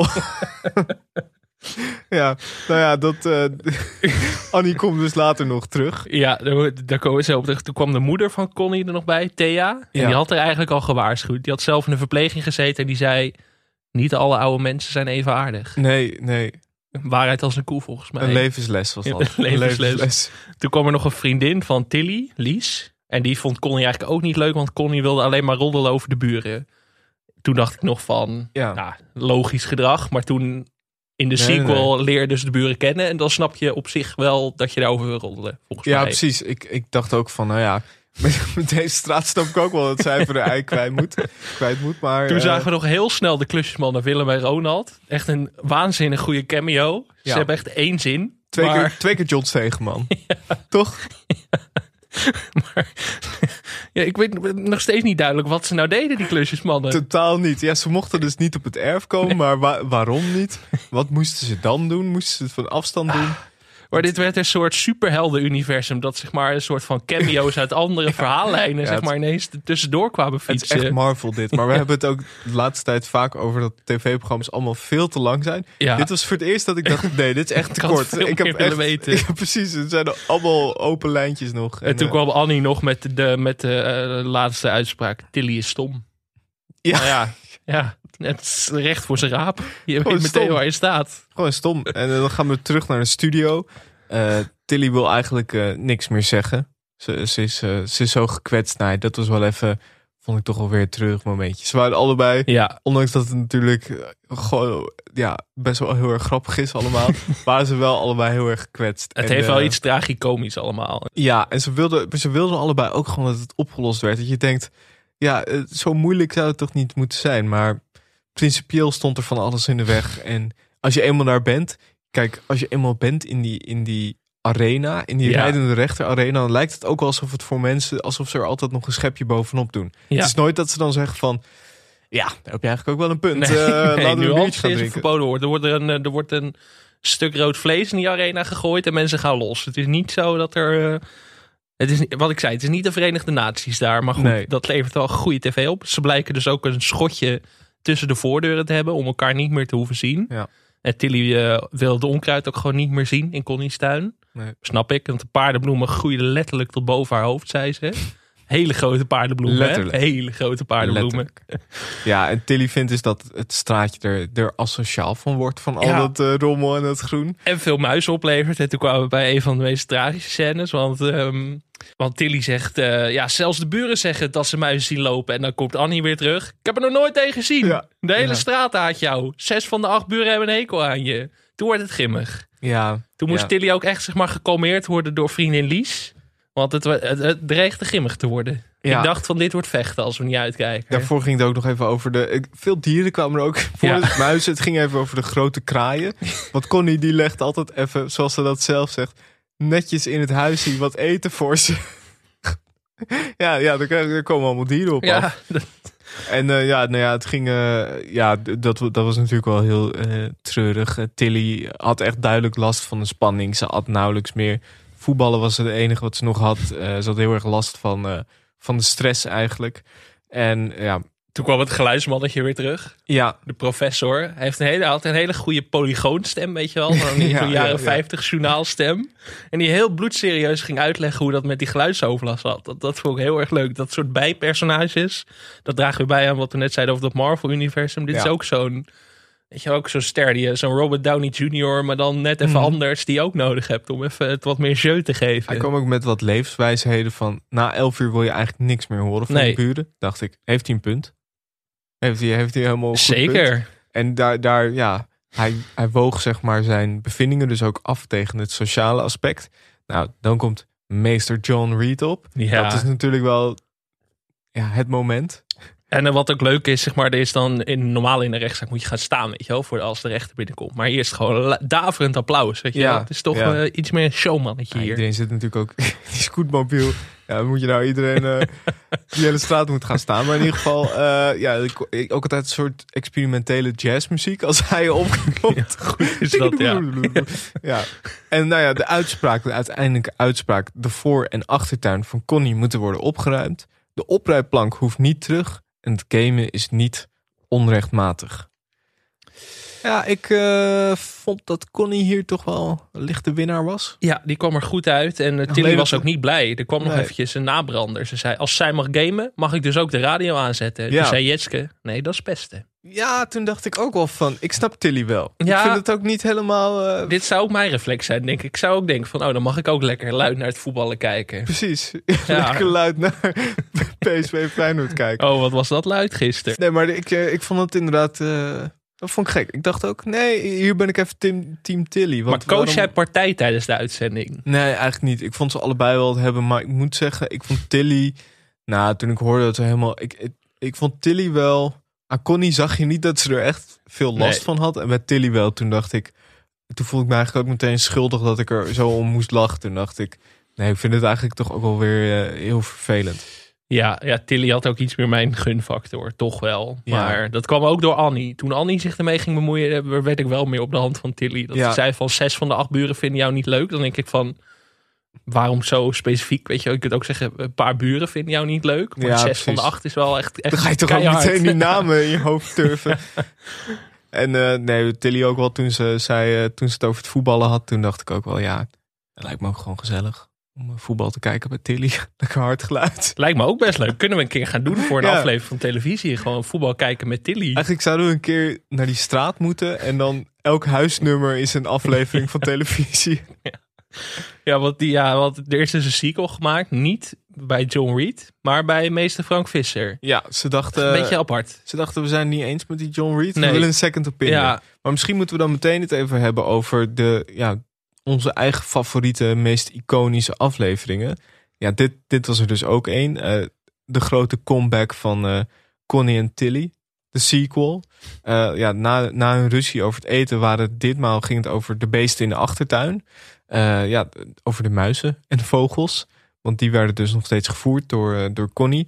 Speaker 2: Ja, nou ja, dat... Uh, Annie komt dus later nog terug.
Speaker 1: Ja, daar, daar komen ze op terug. Toen kwam de moeder van Connie er nog bij, Thea. En ja. die had er eigenlijk al gewaarschuwd. Die had zelf in de verpleging gezeten en die zei... Niet alle oude mensen zijn even aardig.
Speaker 2: Nee, nee.
Speaker 1: Waarheid als een koe volgens mij.
Speaker 2: Een levensles was dat.
Speaker 1: Ja, een levensles. Een levensles. Toen kwam er nog een vriendin van Tilly, Lies. En die vond Connie eigenlijk ook niet leuk. Want Connie wilde alleen maar roddelen over de buren. Toen dacht ik nog van, ja. nou, logisch gedrag. Maar toen in de nee, sequel nee. leer je dus de buren kennen. En dan snap je op zich wel dat je daarover wil roddelen. Volgens
Speaker 2: ja,
Speaker 1: mij.
Speaker 2: precies. Ik, ik dacht ook van, nou ja... Met deze straat snap ik ook wel dat zij voor de ei kwijt moet. Kwijt moet maar,
Speaker 1: Toen
Speaker 2: uh...
Speaker 1: zagen we nog heel snel de klusjesmannen Willem en Ronald. Echt een waanzinnig goede cameo. Ja. Ze hebben echt één zin.
Speaker 2: Twee,
Speaker 1: maar...
Speaker 2: keer, twee keer John Stegeman. Ja. Toch?
Speaker 1: Ja. Maar ja, ik weet nog steeds niet duidelijk wat ze nou deden, die klusjesmannen.
Speaker 2: Totaal niet. Ja, ze mochten dus niet op het erf komen. Nee. Maar wa- waarom niet? Wat moesten ze dan doen? Moesten ze het van afstand doen? Ah.
Speaker 1: Maar dit werd een soort superhelden-universum. Dat zeg maar een soort van cameo's uit andere ja, verhaallijnen ja, zeg maar ineens tussendoor kwamen fietsen.
Speaker 2: Het is echt Marvel dit. Maar we ja. hebben het ook de laatste tijd vaak over dat tv-programma's allemaal veel te lang zijn. Ja. Dit was voor het eerst dat ik dacht, nee, dit is echt te kort. Ik, ik heb echt weten. Ja, precies, het zijn allemaal open lijntjes nog.
Speaker 1: En, en toen uh, kwam Annie nog met de, met de uh, laatste uitspraak. Tilly is stom. Ja. Nou ja, ja. Het is recht voor zijn raap. Je Gewoon weet meteen stom. Waar je staat.
Speaker 2: Gewoon stom. En dan gaan we terug naar de studio. Uh, Tilly wil eigenlijk uh, niks meer zeggen. Ze, ze, is, uh, ze is zo gekwetst. Nou, dat was wel even, vond ik toch wel weer een treurig momentje. Ze waren allebei, ja. ondanks dat het natuurlijk uh, gewoon ja, best wel heel erg grappig is allemaal, waren ze wel allebei heel erg gekwetst.
Speaker 1: Het
Speaker 2: en,
Speaker 1: heeft
Speaker 2: uh,
Speaker 1: wel iets tragicomisch allemaal.
Speaker 2: Ja, en ze wilden, ze wilden allebei ook gewoon dat het opgelost werd. Dat je denkt, ja, uh, zo moeilijk zou het toch niet moeten zijn, maar principieel stond er van alles in de weg. En als je eenmaal daar bent, kijk, als je eenmaal bent in die, in die arena, in die ja. rijdende rechter arena, dan lijkt het ook alsof het voor mensen, alsof ze er altijd nog een schepje bovenop doen. Ja. Het is nooit dat ze dan zeggen van, ja, daar heb je eigenlijk ook wel een punt. Nee, uh, laten nee, we een biertje gaan drinken.
Speaker 1: Verboden wordt. Er wordt er, een, er wordt een stuk rood vlees in die arena gegooid en mensen gaan los. Het is niet zo dat er... Uh, Het is, wat ik zei, het is niet de Verenigde Naties daar, maar goed, nee. dat levert wel goede tv op. Ze blijken dus ook een schotje tussen de voordeuren te hebben om elkaar niet meer te hoeven zien. Ja. En Tilly uh, wil de onkruid ook gewoon niet meer zien in Connie's tuin. Nee. Snap ik, want de paardenbloemen groeiden letterlijk tot boven haar hoofd, zei ze. Hele grote paardenbloemen, letterlijk. Hè? Hele grote paardenbloemen.
Speaker 2: Ja, en Tilly vindt dus dat het straatje er, er asociaal van wordt van ja. al dat uh, rommel en dat groen.
Speaker 1: En veel muizen oplevert. En toen kwamen we bij een van de meest tragische scènes, want... Um, Want Tilly zegt, uh, ja, zelfs de buren zeggen dat ze muizen zien lopen. En dan komt Annie weer terug. Ik heb er nog nooit tegen gezien. Ja. De hele ja. straat haat jou. Zes van de acht buren hebben een hekel aan je. Toen wordt het grimmig.
Speaker 2: Ja.
Speaker 1: Toen moest
Speaker 2: ja.
Speaker 1: Tilly ook echt zeg maar gekalmeerd worden door vriendin Lies. Want het, het, het dreigde grimmig te worden. Ja. Ik dacht van dit wordt vechten als we niet uitkijken.
Speaker 2: Daarvoor ging het ook nog even over de... Veel dieren kwamen er ook voor ja. de muizen. Het ging even over de grote kraaien. Want Connie die legt altijd even, zoals ze dat zelf zegt... netjes in het huis zien wat eten voor ze. ja, ja, er komen allemaal dieren op ja. af. En uh, ja, nou ja, het ging... Uh, ja, dat, dat was natuurlijk wel heel uh, treurig. Uh, Tilly had echt duidelijk last van de spanning. Ze had nauwelijks meer. Voetballen was het enige wat ze nog had. Uh, ze had heel erg last van, uh, van de stress eigenlijk. En ja...
Speaker 1: Toen kwam het geluidsmannetje weer terug.
Speaker 2: Ja.
Speaker 1: De professor. Hij heeft een hele, had een hele goede polygoonstem, weet je wel. Van die ja, jaren ja, vijftig ja. journaalstem. En die heel bloedserieus ging uitleggen hoe dat met die geluidsoverlast had. Dat, dat vond ik heel erg leuk. Dat soort bijpersonages. Dat draagt weer bij aan wat we net zeiden over dat Marvel-universum. Dit ja. is ook zo'n, weet je, ook zo'n ster. Die, zo'n Robert Downey junior, maar dan net even mm. anders. Die je ook nodig hebt om even het wat meer jeu te geven.
Speaker 2: Hij kwam ook met wat levenswijsheden van... Na elf uur wil je eigenlijk niks meer horen van nee. de buren. Dacht ik, heeft hij een punt? Heeft hij, heeft hij helemaal goed
Speaker 1: Zeker.
Speaker 2: Punt. En daar, daar ja, hij, hij woog zeg maar zijn bevindingen dus ook af tegen het sociale aspect. Nou, dan komt meester John Reed op. Ja. Dat is natuurlijk wel ja, het moment.
Speaker 1: En wat ook leuk is, zeg maar, er is dan in, normaal in de rechtszaak moet je gaan staan, weet je wel, voor als de rechter binnenkomt. Maar hier is het gewoon daverend applaus, weet je wel. Ja, het is toch ja. uh, iets meer een showmannetje
Speaker 2: ja,
Speaker 1: hier.
Speaker 2: Iedereen zit natuurlijk ook die scootmobiel. Ja, dan moet je nou iedereen uh, die hele straat moet gaan staan. Maar in ieder geval, uh, ja, ik, ik, ook altijd een soort experimentele jazzmuziek als hij opkomt. Ja,
Speaker 1: goed is dat, ja.
Speaker 2: ja. En nou ja, de uitspraak, de uiteindelijke uitspraak, de voor- en achtertuin van Connie moeten worden opgeruimd. De oprijplank hoeft niet terug. En het gamen is niet onrechtmatig. Ja, ik uh, vond dat Connie hier toch wel een lichte winnaar was.
Speaker 1: Ja, die kwam er goed uit. En uh, Tilly was ook niet blij. Er kwam nee. nog eventjes een nabrander. Ze zei, als zij mag gamen, mag ik dus ook de radio aanzetten. Ja. Toen zei Jetske, nee, dat is pesten.
Speaker 2: Ja, toen dacht ik ook wel van, ik snap Tilly wel. Ja, ik vind het ook niet helemaal... Uh...
Speaker 1: Dit zou ook mijn reflex zijn, denk ik. Ik zou ook denken van, oh, dan mag ik ook lekker luid naar het voetballen kijken.
Speaker 2: Precies. Ja. Lekker luid naar P S V Feyenoord kijken.
Speaker 1: Oh, wat was dat luid gisteren.
Speaker 2: Nee, maar ik, ik vond het inderdaad... Uh... Dat vond ik gek. Ik dacht ook, nee, hier ben ik even team, team Tilly.
Speaker 1: Want maar koos waarom... jij partij tijdens de uitzending?
Speaker 2: Nee, eigenlijk niet. Ik vond ze allebei wel het hebben. Maar ik moet zeggen, ik vond Tilly... Nou, toen ik hoorde dat ze helemaal... Ik, ik, ik vond Tilly wel... Aan Connie zag je niet dat ze er echt veel last nee. van had. En met Tilly wel. Toen dacht ik... Toen voelde ik me eigenlijk ook meteen schuldig dat ik er zo om moest lachen. Toen dacht ik... Nee, ik vind het eigenlijk toch ook wel weer uh, heel vervelend.
Speaker 1: Ja, ja, Tilly had ook iets meer mijn gunfactor, toch wel.
Speaker 2: Ja.
Speaker 1: Maar dat kwam ook door Annie. Toen Annie zich ermee ging bemoeien, werd ik wel meer op de hand van Tilly. Dat
Speaker 2: Ja.
Speaker 1: ze zei van zes van de acht buren vinden jou niet leuk. Dan denk ik van, waarom zo specifiek? Weet je, je kunt ook zeggen, een paar buren vinden jou niet leuk. Maar
Speaker 2: Ja,
Speaker 1: zes
Speaker 2: precies.
Speaker 1: van de acht is wel echt, echt
Speaker 2: Dan ga je toch
Speaker 1: keihard.
Speaker 2: ook meteen die namen in je hoofd turven. En uh, nee, Tilly ook wel toen ze zei, uh, toen ze het over het voetballen had, toen dacht ik ook wel, ja, het lijkt me ook gewoon gezellig om voetbal te kijken bij Tilly. Lekker hard geluid.
Speaker 1: Lijkt me ook best leuk. Kunnen we een keer gaan doen voor een
Speaker 2: Ja.
Speaker 1: aflevering van televisie. Gewoon voetbal kijken met Tilly.
Speaker 2: Eigenlijk zouden we een keer naar die straat moeten en dan elk huisnummer is een aflevering van televisie.
Speaker 1: Ja, want, die, ja, want er is dus een sequel gemaakt. Niet bij John Reed, maar bij meester Frank Visser.
Speaker 2: Ja, ze dachten,
Speaker 1: Een beetje apart.
Speaker 2: ze dachten we zijn het niet eens met die John Reed.
Speaker 1: Nee.
Speaker 2: We willen een second opinion.
Speaker 1: Ja.
Speaker 2: Maar misschien moeten we dan meteen het even hebben over de, ja, onze eigen favoriete, meest iconische afleveringen. Ja, dit, dit was er dus ook één. Uh, de grote comeback van uh, Connie en Tilly. De sequel. Uh, ja, na, na een ruzie over het eten waren ditmaal ging het over de beesten in de achtertuin. Uh, ja, over de muizen en de vogels. Want die werden dus nog steeds gevoerd door, uh, door Connie.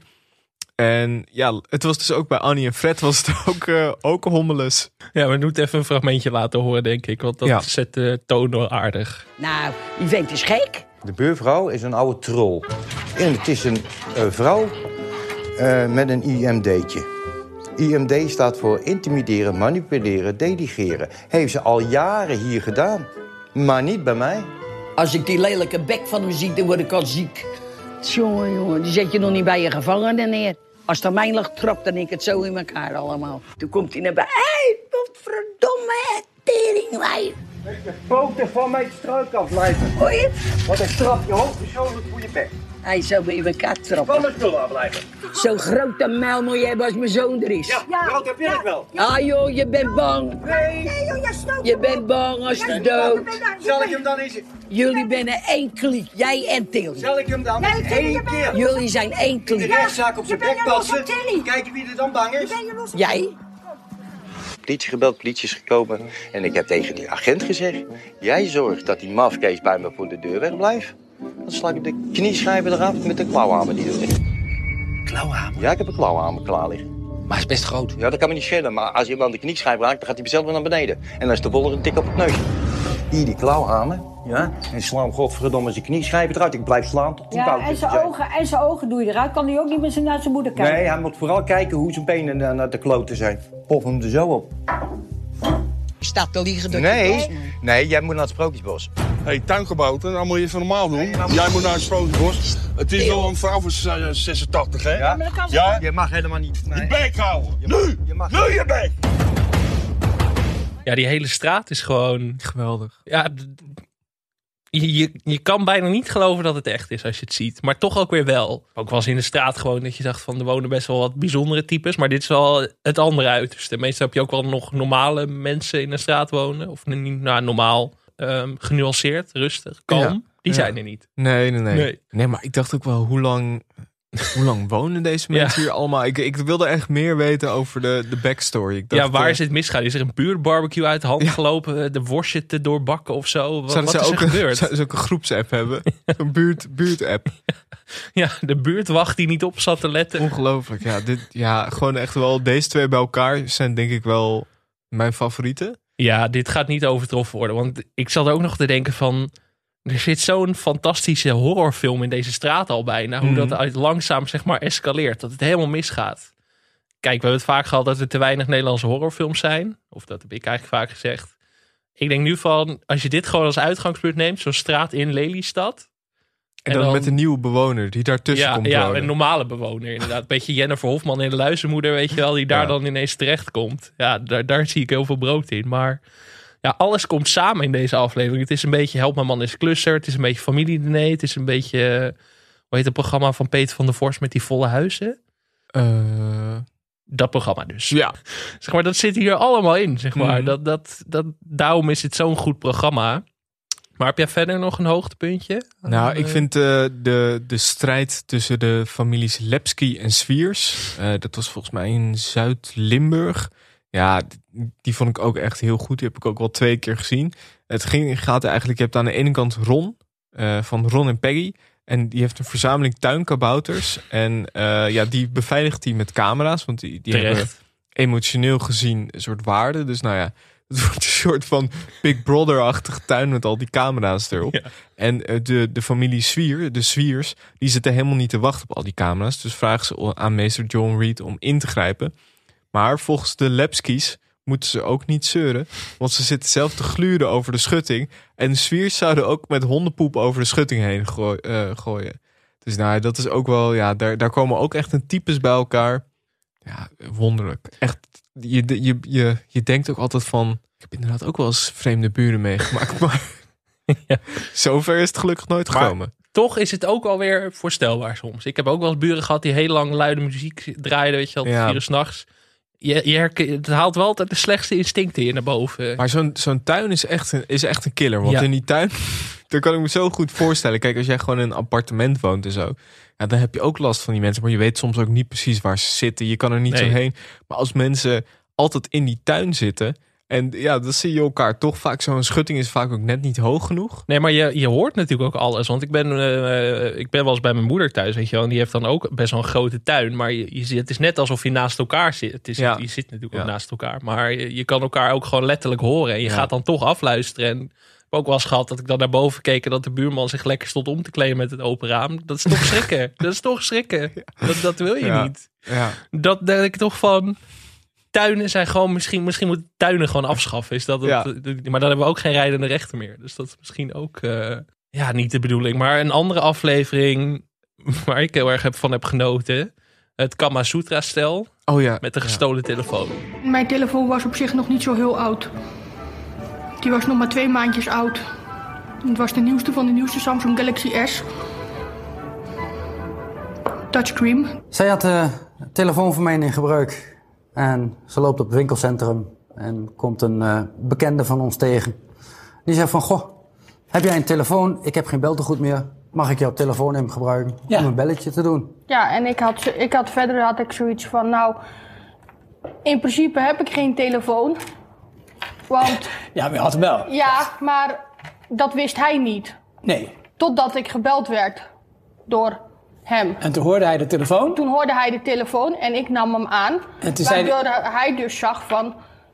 Speaker 2: En ja, het was dus ook bij Annie en Fred was het ook, uh, ook hommeles.
Speaker 1: Ja, we moeten even een fragmentje laten horen, denk ik. Want dat
Speaker 2: Ja.
Speaker 1: zet de toon wel aardig.
Speaker 3: Nou, die vent is gek.
Speaker 10: De buurvrouw is een oude troll. En het is een uh, vrouw uh, met een I M D'tje. I M D staat voor intimideren, manipuleren, deligeren. Heeft ze al jaren hier gedaan. Maar niet bij mij.
Speaker 3: Als ik die lelijke bek van hem zie, dan word ik al ziek. Jongen, jongen, die zet je nog niet bij je gevangene neer. Als het aan mij lag, trapt dan ik het zo in elkaar allemaal. Toen komt hij naar buiten. Hé, wat verdomme teringwijf.
Speaker 10: Met je poten van mijn struik afblijven.
Speaker 3: Hoor je het?
Speaker 10: Want ik straf je hoofd persoonlijk voor je bek.
Speaker 3: Hij zou bij in elkaar
Speaker 10: Van
Speaker 3: trappen.
Speaker 10: mijn spullen afblijven.
Speaker 3: Zo'n grote muil moet je hebben als mijn zoon er is.
Speaker 10: Ja, groot heb ik wel.
Speaker 3: Ah joh, je bent bang.
Speaker 10: Nee.
Speaker 3: Je bent bang als je dood.
Speaker 10: Zal ik hem dan eens...
Speaker 3: Jullie zijn één kliek, jij en Tilly.
Speaker 10: Zal ik hem dan eens één keer...
Speaker 3: Jullie zijn één
Speaker 10: de
Speaker 3: kliek.
Speaker 10: rechtszaak op zijn bek passen. Kijken wie er dan bang is.
Speaker 3: Jij?
Speaker 10: Politie gebeld, politie is gekomen. En ik heb tegen die agent gezegd... Jij zorgt dat die mafkees bij me voor de deur wegblijft. Dan sla ik de knieschijven eraf met de klauwhamer die er ligt.
Speaker 3: Klauwhamer?
Speaker 10: Ja, ik heb een klauwhamer klaar liggen.
Speaker 3: Maar hij is best groot.
Speaker 10: Ja, dat kan me niet schelen. Maar als je hem aan de knieschijf raakt, dan gaat hij zelf weer naar beneden. En dan is de boller een tik op het neus. Hier die klauwhamer. Ja, en sla hem godverdomme zijn knieschijven eruit. Ik blijf slaan tot die
Speaker 9: Ja,
Speaker 10: bout
Speaker 9: en
Speaker 10: is.
Speaker 9: zijn ogen, en zijn ogen doe je eruit. Kan hij ook niet met zijn, naar zijn moeder kijken?
Speaker 10: Nee, hij moet vooral kijken hoe zijn benen naar naar de kloten zijn. Pop hem er zo op.
Speaker 3: Je staat te liegen door je
Speaker 10: Nee,
Speaker 3: bos.
Speaker 10: nee, jij moet naar het Sprookjesbos.
Speaker 11: Hé, hey, tuingebouwd, dan moet je even normaal doen. Jij moet naar het Sprookjesbos. Het is wel een vrouw van zesentachtig, hè?
Speaker 10: Ja?
Speaker 11: Ja?
Speaker 10: Je mag helemaal niet.
Speaker 11: Je
Speaker 10: Nee.
Speaker 11: bek houden.
Speaker 10: Je mag-
Speaker 11: Nu!
Speaker 10: je mag-
Speaker 11: Nu je bek!
Speaker 1: Ja, die hele straat is gewoon...
Speaker 2: Geweldig.
Speaker 1: Ja, d- je, je, je kan bijna niet geloven dat het echt is als je het ziet. Maar toch ook weer wel. Ook was in de straat gewoon dat je dacht van... er wonen best wel wat bijzondere types. Maar dit is wel het andere uiterste. Meestal heb je ook wel nog normale mensen in de straat wonen. Of niet nou, normaal, um, genuanceerd, rustig, kalm.
Speaker 2: Ja,
Speaker 1: Die
Speaker 2: ja.
Speaker 1: zijn er niet.
Speaker 2: Nee, nee, nee,
Speaker 1: Nee.
Speaker 2: nee. maar ik dacht ook wel, hoe lang, hoe lang wonen deze mensen hier allemaal? Ik, ik wilde echt meer weten over de, de backstory. Ik dacht,
Speaker 1: Ja, waar
Speaker 2: eh,
Speaker 1: is het misgaan? Is er een buurtbarbecue uit de hand gelopen? De worstje te doorbakken of zo? Wat,
Speaker 2: Zouden
Speaker 1: wat
Speaker 2: ze
Speaker 1: is
Speaker 2: ook
Speaker 1: er gebeurd?
Speaker 2: Een, zouden ze ook een groepsapp hebben? Zo'n buurt, buurt-app.
Speaker 1: Ja, de buurtwacht die niet op zat te letten.
Speaker 2: Ongelooflijk. Ja, dit, ja, gewoon echt wel. Deze twee bij elkaar zijn denk ik wel mijn favorieten.
Speaker 1: Ja, dit gaat niet overtroffen worden. Want ik zat ook nog te denken van... Er zit zo'n fantastische horrorfilm in deze straat al bijna. Hoe
Speaker 2: Mhm.
Speaker 1: dat uit langzaam zeg maar escaleert. Dat het helemaal misgaat. Kijk, we hebben het vaak gehad dat er te weinig Nederlandse horrorfilms zijn. Of dat heb ik eigenlijk vaak gezegd. Ik denk nu van, als je dit gewoon als uitgangspunt neemt. Zo'n straat in Lelystad.
Speaker 2: En, dan, met een nieuwe bewoner die daartussen
Speaker 1: ja,
Speaker 2: komt
Speaker 1: ja,
Speaker 2: wonen.
Speaker 1: een normale bewoner inderdaad. Een beetje Jennifer Hofman in de luizenmoeder, weet je wel. Die daar
Speaker 2: Ja.
Speaker 1: dan ineens terecht komt. Ja, daar, daar zie ik heel veel brood in. Maar ja, alles komt samen in deze aflevering. Het is een beetje Help mijn man is klusser. Het is een beetje familiediner. Het is een beetje, uh, hoe heet het programma van Peter van der Vorst met die volle huizen?
Speaker 2: Uh...
Speaker 1: Dat programma dus.
Speaker 2: Ja.
Speaker 1: Zeg maar, dat zit hier allemaal in, zeg maar.
Speaker 2: Mm.
Speaker 1: Dat, dat, dat, daarom is het zo'n goed programma. Maar heb jij verder nog een hoogtepuntje?
Speaker 2: Nou,
Speaker 1: Uh,
Speaker 2: ik vind uh, de, de strijd tussen de families Lepski en Swiers. Uh, dat was volgens mij in Zuid-Limburg. Ja, die vond ik ook echt heel goed. Die heb ik ook wel twee keer gezien. Het ging, gaat eigenlijk, je hebt aan de ene kant Ron, uh, van Ron en Peggy. En die heeft een verzameling tuinkabouters. En uh, ja, die beveiligt hij met camera's. Want die, die hebben emotioneel gezien een soort waarde. Dus nou ja, het wordt een soort van Big Brother-achtige tuin met al die camera's erop. Ja. En uh, de, de familie Zwier, de Zwiers, die zitten helemaal niet te wachten op al die camera's. Dus vragen ze aan meester John Reed om in te grijpen. Maar volgens de Lepskis moeten ze ook niet zeuren. Want ze zitten zelf te gluren over de schutting. En de Zwiers zouden ook met hondenpoep over de schutting heen gooi, uh, gooien. Dus nou, dat is ook wel... Ja, daar, daar komen ook echt een types bij elkaar. Ja, wonderlijk. Echt, je, je, je, je denkt ook altijd van... Ik heb inderdaad ook wel eens vreemde buren meegemaakt. Maar ja. Zover is het gelukkig nooit gekomen.
Speaker 1: Maar toch is het ook alweer voorstelbaar soms. Ik heb ook wel eens buren gehad die heel lang luide muziek draaiden. Weet je wel, tot ja. vier uur 's nachts. Je, je herken, het haalt wel altijd de slechtste instincten in naar boven.
Speaker 2: Maar zo'n, zo'n tuin is echt, een, is echt een killer. Want ja. in die tuin, daar kan ik me zo goed voorstellen. Kijk, als jij gewoon in een appartement woont en zo. Ja, dan heb je ook last van die mensen. Maar je weet soms ook niet precies waar ze zitten. Je kan er niet nee. zo heen. Maar als mensen altijd in die tuin zitten... En ja, dan zie je elkaar toch vaak. Zo'n schutting is vaak ook net niet hoog genoeg.
Speaker 1: Nee, maar je, je hoort natuurlijk ook alles. Want ik ben, uh, ik ben wel eens bij mijn moeder thuis, weet je wel. En die heeft dan ook best wel een grote tuin. Maar je, je, het is net alsof je naast elkaar zit. Het is, ja. Je zit natuurlijk ja. ook naast elkaar. Maar je, je kan elkaar ook gewoon letterlijk horen. En je ja. gaat dan toch afluisteren. En ik heb ook wel eens gehad dat ik dan naar boven keek... en dat de buurman zich lekker stond om te kleden met het open raam. Dat is toch schrikken. Dat is toch schrikken. Ja. Dat, dat wil je ja. niet. Ja. Dat denk ik toch van... Tuinen zijn gewoon, misschien, misschien moet tuinen gewoon afschaffen. Is dat het, ja. Maar dan hebben we ook geen rijdende rechten meer. Dus dat is misschien ook uh, ja, niet de bedoeling. Maar een andere aflevering waar ik heel erg van heb genoten. Het Kama Sutra stel.
Speaker 2: Oh ja.
Speaker 1: Met de gestolen ja. telefoon.
Speaker 12: Mijn telefoon was op zich nog niet zo heel oud. Die was nog maar twee maandjes oud. Het was de nieuwste van de nieuwste Samsung Galaxy S. Touchscreen.
Speaker 13: Zij had de telefoon van mij in gebruik. En ze loopt op het winkelcentrum en komt een uh, bekende van ons tegen. Die zegt van, goh, heb jij een telefoon? Ik heb geen beltegoed meer. Mag ik jouw telefoon even gebruiken ja. om een belletje te doen?
Speaker 12: Ja, en ik had, ik had verder had ik zoiets van, nou, in principe heb ik geen telefoon. Want...
Speaker 14: Ja, maar je had hem wel.
Speaker 12: Ja, maar dat wist hij niet.
Speaker 14: Nee.
Speaker 12: Totdat ik gebeld werd door... hem.
Speaker 14: En toen hoorde hij de telefoon?
Speaker 12: Toen hoorde hij de telefoon en ik nam hem aan. En toen waardoor zei hij... hij dus zag van...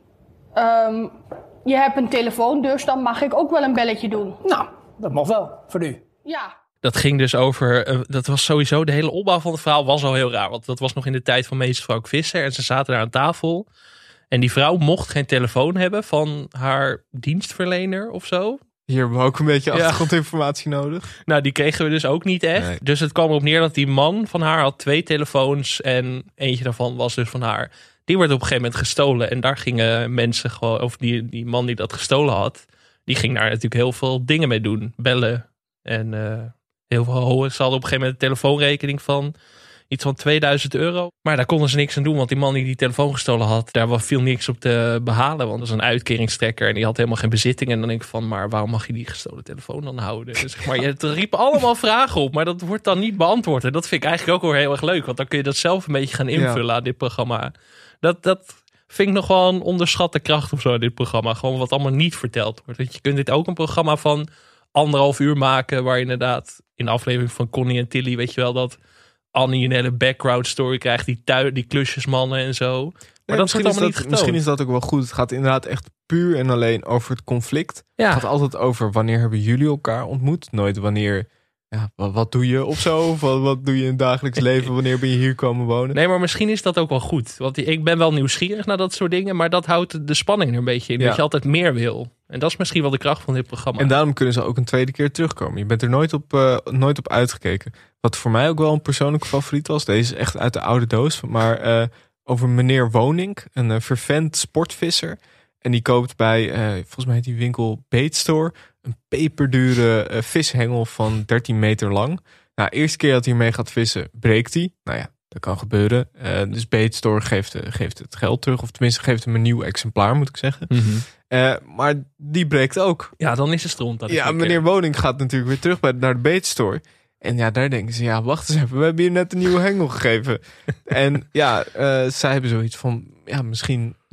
Speaker 12: Um, je hebt een telefoon, dus dan mag ik ook wel een belletje doen.
Speaker 14: Nou, dat mag wel, voor u.
Speaker 12: Ja.
Speaker 1: Dat ging dus over... Uh, dat was sowieso... De hele opbouw van het verhaal was al heel raar. Want dat was nog in de tijd van meester Vrouw Visser. En ze zaten daar aan tafel. En die vrouw mocht geen telefoon hebben van haar dienstverlener of zo.
Speaker 2: Hier hebben we ook een beetje achtergrondinformatie ja. nodig.
Speaker 1: Nou, die kregen we dus ook niet echt. Nee. Dus het kwam erop neer dat die man van haar had twee telefoons. En eentje daarvan was dus van haar. Die werd op een gegeven moment gestolen. En daar gingen mensen gewoon... Of die, die man die dat gestolen had... Die ging daar natuurlijk heel veel dingen mee doen. Bellen. En uh, heel veel... Ze hadden op een gegeven moment een telefoonrekening van... Iets van tweeduizend euro. Maar daar konden ze niks aan doen. Want die man die die telefoon gestolen had... Daar viel niks op te behalen. Want dat is een uitkeringstrekker. En die had helemaal geen bezitting. En dan denk ik van... Maar waarom mag je die gestolen telefoon dan houden? Dus zeg maar, je riepen allemaal vragen op. Maar dat wordt dan niet beantwoord. En dat vind ik eigenlijk ook wel heel erg leuk. Want dan kun je dat zelf een beetje gaan invullen ja. aan dit programma. Dat, dat vind ik nog wel een onderschatte kracht of zo. Dit programma. Gewoon wat allemaal niet verteld wordt. Want je kunt dit ook een programma van anderhalf uur maken. Waar je inderdaad in de aflevering van Connie en Tilly... Weet je wel dat... Annie een hele background story krijgt, die, tui, die klusjesmannen en zo. Maar
Speaker 2: nee,
Speaker 1: dat wordt allemaal niet
Speaker 2: getoond. Misschien is dat ook wel goed. Het gaat inderdaad echt puur en alleen over het conflict. Ja. Het gaat altijd over wanneer hebben jullie elkaar ontmoet. Nooit wanneer, ja, wat, wat doe je of zo? Of wat, wat doe je in het dagelijks leven? Wanneer ben je hier komen wonen?
Speaker 1: Nee, maar misschien is dat ook wel goed. Want ik ben wel nieuwsgierig naar dat soort dingen. Maar dat houdt de spanning er een beetje in. Ja. Dat je altijd meer wil. En dat is misschien wel de kracht van dit programma.
Speaker 2: En daarom kunnen ze ook een tweede keer terugkomen. Je bent er nooit op, uh, nooit op uitgekeken. Wat voor mij ook wel een persoonlijke favoriet was. Deze is echt uit de oude doos. Maar uh, over meneer Wonink. Een uh, vervent sportvisser. En die koopt bij, uh, volgens mij heet die winkel Bait Store. Een peperdure uh, vishengel van dertien meter lang. Nou, de eerste keer dat hij mee gaat vissen, breekt hij. Nou ja, dat kan gebeuren. Uh, dus Bait Store geeft, uh, geeft het geld terug. Of tenminste geeft hem een nieuw exemplaar, moet ik zeggen.
Speaker 1: Mm-hmm.
Speaker 2: Uh, maar die breekt ook.
Speaker 1: Ja, dan is het stront. Dat
Speaker 2: ja, meneer Wonink gaat natuurlijk weer terug bij, naar de Bait Store. En ja, daar denken ze, ja, wacht eens even. We hebben hier net een nieuwe hengel gegeven. En ja, uh, zij hebben zoiets van, ja, misschien,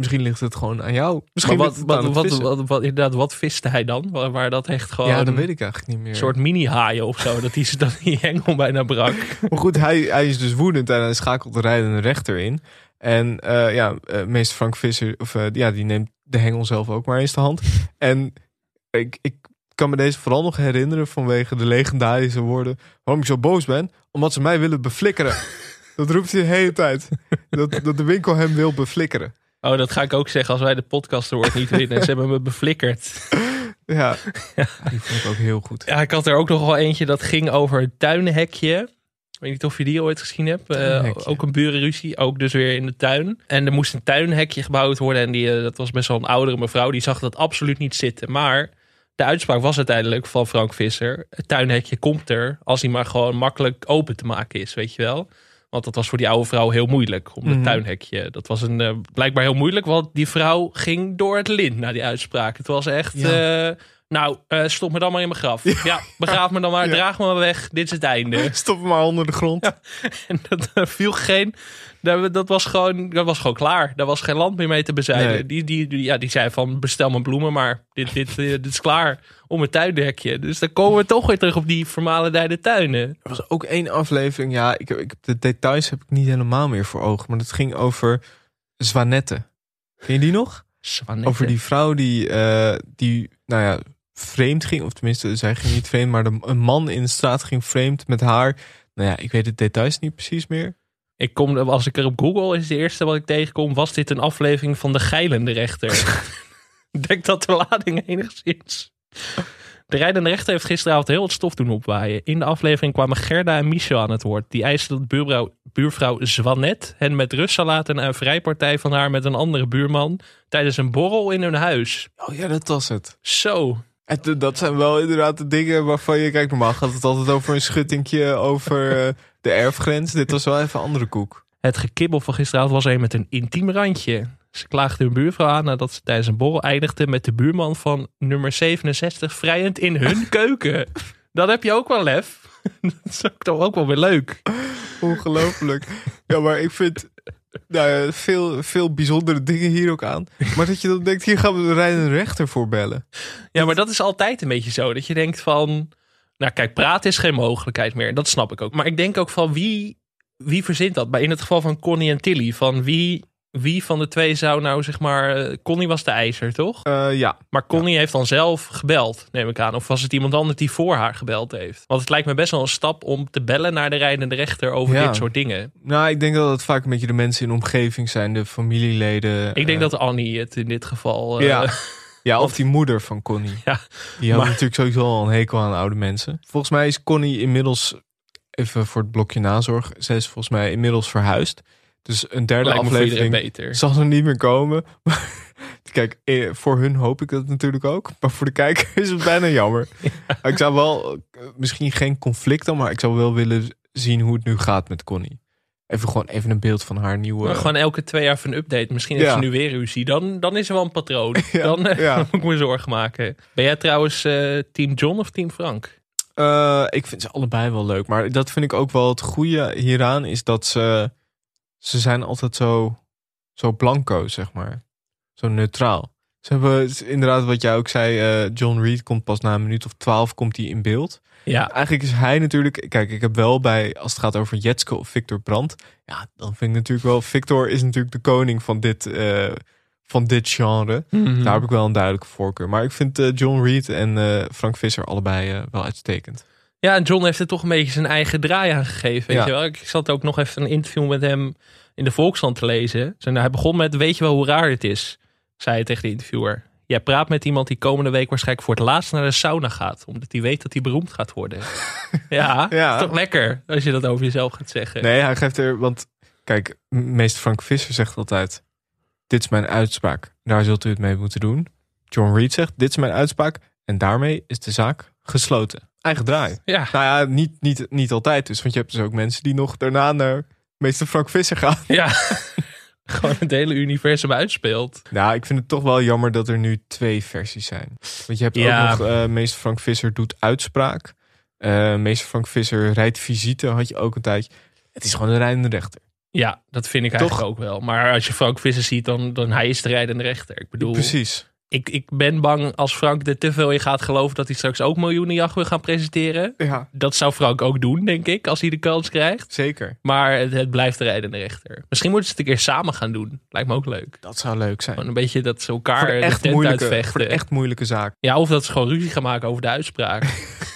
Speaker 2: Misschien ligt het gewoon aan jou. Misschien
Speaker 1: maar wat,
Speaker 2: ligt het
Speaker 1: wat,
Speaker 2: aan
Speaker 1: wat,
Speaker 2: het
Speaker 1: wat, wat, wat, inderdaad, wat viste hij dan? Waar, waar dat echt gewoon...
Speaker 2: Ja, dat weet ik eigenlijk niet meer.
Speaker 1: Een soort mini-haaien of zo. Dat hij dat die hengel bijna brak.
Speaker 2: Maar goed, hij, hij is dus woedend en hij schakelt de rijdende rechter in. En uh, ja, uh, meester Frank Visser, of uh, ja, die neemt de hengel zelf ook maar eens de hand. En ik, ik kan me deze vooral nog herinneren vanwege de legendarische woorden. Waarom ik zo boos ben? Omdat ze mij willen beflikkeren. Dat roept hij de hele tijd. Dat, dat de winkel hem wil beflikkeren.
Speaker 1: Oh, dat ga ik ook zeggen als wij de podcast award niet winnen. Ze hebben me beflikkerd.
Speaker 2: Ja, ja, die vond ik ook heel goed.
Speaker 1: Ja, ik had er ook nog wel eentje dat ging over het tuinhekje. Ik weet niet of je die ooit gezien hebt. Uh, ook een burenruzie, ook dus weer in de tuin. En er moest een tuinhekje gebouwd worden. En die, uh, dat was best wel een oudere mevrouw. Die zag dat absoluut niet zitten. Maar de uitspraak was uiteindelijk van Frank Visser. Het tuinhekje komt er als hij maar gewoon makkelijk open te maken is, weet je wel. Want dat was voor die oude vrouw heel moeilijk. Om het mm-hmm. tuinhekje. Dat was een, uh, blijkbaar heel moeilijk. Want die vrouw ging door het lint na die uitspraak. Het was echt... Ja. Uh, nou, uh, stop me dan maar in mijn graf. Ja, ja begraaf me dan maar. Ja. Draag me maar weg. Dit is het einde.
Speaker 2: Stop me maar onder de grond.
Speaker 1: Ja. En dat uh, viel geen... Dat, dat, was gewoon, dat was gewoon klaar. Daar was geen land meer mee te bezeilen. Nee. Die, die, die, ja, die zei van bestel mijn bloemen. Maar dit, dit, uh, dit is klaar. Om het tuindekje. Dus dan komen we toch weer terug op die vermalendijde tuinen.
Speaker 2: Er was ook één aflevering. Ja, ik, ik, de details heb ik niet helemaal meer voor ogen. Maar het ging over Zwanette. Ken je die nog?
Speaker 1: Zwanette.
Speaker 2: Over die vrouw die, uh, die nou ja, vreemd ging. Of tenminste, zij ging niet vreemd. Maar de, een man in de straat ging vreemd met haar. Nou ja, ik weet de details niet precies meer.
Speaker 1: Ik kom, als ik er op Google is, de eerste wat ik tegenkom, was dit een aflevering van De Geilende Rechter. Ik denk dat de lading enigszins. De rijdende rechter heeft gisteravond heel wat stof doen opwaaien. In de aflevering kwamen Gerda en Michel aan het woord. Die eisten dat buurvrouw, buurvrouw Zwanet hen met rust zou laten na een vrijpartij van haar met een andere buurman tijdens een borrel in hun huis.
Speaker 2: Oh ja, dat was het.
Speaker 1: Zo.
Speaker 2: En dat zijn wel inderdaad de dingen waarvan je... Kijk, normaal gaat het altijd over een schuttingje over uh, de erfgrens. Dit was wel even een andere koek.
Speaker 1: Het gekibbel van gisteravond was een met een intiem randje. Ze klaagde hun buurvrouw aan nadat ze tijdens een borrel eindigde met de buurman van nummer zevenenzestig vrijend in hun keuken. Dan heb je ook wel lef. Dat is ook toch ook wel weer leuk.
Speaker 2: Ongelooflijk. Ja, maar ik vind... Nou ja, veel, veel bijzondere dingen hier ook aan. Maar dat je dan denkt, hier gaan we de rijdende rechter voor bellen.
Speaker 1: Ja, maar dat is altijd een beetje zo. Dat je denkt van... Nou kijk, praten is geen mogelijkheid meer. Dat snap ik ook. Maar ik denk ook van wie, wie verzint dat? Maar in het geval van Connie en Tilly. Van wie, wie van de twee zou nou zeg maar... Connie was de eiser, toch?
Speaker 2: Uh, ja.
Speaker 1: Maar Connie
Speaker 2: ja.
Speaker 1: heeft dan zelf gebeld, neem ik aan. Of was het iemand anders die voor haar gebeld heeft? Want het lijkt me best wel een stap om te bellen naar de rijdende rechter over ja. dit soort dingen.
Speaker 2: Nou, ik denk dat het vaak een beetje de mensen in de omgeving zijn. De familieleden.
Speaker 1: Ik denk uh, dat Annie het in dit geval... Uh,
Speaker 2: ja. Ja, of die moeder van Connie.
Speaker 1: Ja,
Speaker 2: die had
Speaker 1: maar...
Speaker 2: natuurlijk sowieso al een hekel aan oude mensen. Volgens mij is Connie inmiddels, even voor het blokje nazorg, zij is volgens mij inmiddels verhuisd. Dus een derde
Speaker 1: Lijkt
Speaker 2: aflevering zal er niet meer komen. Maar, kijk, voor hun hoop ik dat natuurlijk ook. Maar voor de kijker is het bijna jammer. Ja. Ik zou wel, misschien geen conflict dan, maar ik zou wel willen zien hoe het nu gaat met Connie. Even gewoon even een beeld van haar nieuwe...
Speaker 1: Maar gewoon elke twee jaar van een update. Misschien heeft ja. ze nu weer ruzie. Dan, dan is er wel een patroon. Ja, dan uh, ja. moet ik me zorgen maken. Ben jij trouwens uh, team John of team Frank?
Speaker 2: Uh, ik vind ze allebei wel leuk. Maar dat vind ik ook wel het goede hieraan. Is dat ze... Ze zijn altijd zo, zo blanco, zeg maar. Zo neutraal. Ze hebben inderdaad wat jij ook zei. Uh, John Reed komt pas na een minuut of twaalf komt hij in beeld.
Speaker 1: Ja.
Speaker 2: Eigenlijk is hij natuurlijk... Kijk, ik heb wel bij... Als het gaat over Jetske of Victor Brandt. Ja, dan vind ik natuurlijk wel... Victor is natuurlijk de koning van dit, uh, van dit genre. Mm-hmm. Daar heb ik wel een duidelijke voorkeur. Maar ik vind uh, John Reed en uh, Frank Visser allebei uh, wel uitstekend.
Speaker 1: Ja, en John heeft er toch een beetje zijn eigen draai aan gegeven. Weet
Speaker 2: ja.
Speaker 1: je wel? Ik zat ook nog even een interview met hem in de Volkskrant te lezen. En hij begon met, weet je wel hoe raar het is? Zei hij tegen de interviewer. Jij praat met iemand die komende week waarschijnlijk voor het laatst naar de sauna gaat. Omdat hij weet dat hij beroemd gaat worden. ja, ja, toch lekker als je dat over jezelf gaat zeggen.
Speaker 2: Nee, hij geeft er... Want kijk, meester Frank Visser zegt altijd... Dit is mijn uitspraak. Daar zult u het mee moeten doen. John Reed zegt, dit is mijn uitspraak. En daarmee is de zaak gesloten. Eigen draai.
Speaker 1: Ja.
Speaker 2: Nou ja, niet, niet, niet altijd dus. Want je hebt dus ook mensen die nog daarna naar meester Frank Visser gaan.
Speaker 1: Ja. Gewoon het hele universum uitspeelt.
Speaker 2: Nou, ik vind het toch wel jammer dat er nu twee versies zijn. Want je hebt ja. ook nog uh, meester Frank Visser doet uitspraak. Uh, meester Frank Visser rijdt visite, had je ook een tijdje. Het is gewoon een rijdende rechter.
Speaker 1: Ja, dat vind ik
Speaker 2: Toch?
Speaker 1: eigenlijk ook wel. Maar als je Frank Visser ziet, dan, dan hij is de rijdende rechter. Ik bedoel,
Speaker 2: Precies.
Speaker 1: Ik, ik ben bang als Frank er te veel in gaat geloven dat hij straks ook Miljoenenjacht wil gaan presenteren.
Speaker 2: Ja.
Speaker 1: Dat zou Frank ook doen, denk ik, als hij de kans krijgt.
Speaker 2: Zeker.
Speaker 1: Maar het, het blijft de rijdende rechter. Misschien moeten ze het een keer samen gaan doen. Lijkt me ook leuk.
Speaker 2: Dat zou leuk zijn.
Speaker 1: Gewoon een beetje dat ze elkaar
Speaker 2: Voor de,
Speaker 1: de
Speaker 2: echt
Speaker 1: tent
Speaker 2: moeilijke,
Speaker 1: uitvechten.
Speaker 2: voor de echt moeilijke zaak.
Speaker 1: Ja, of dat ze gewoon ruzie gaan maken over de uitspraak.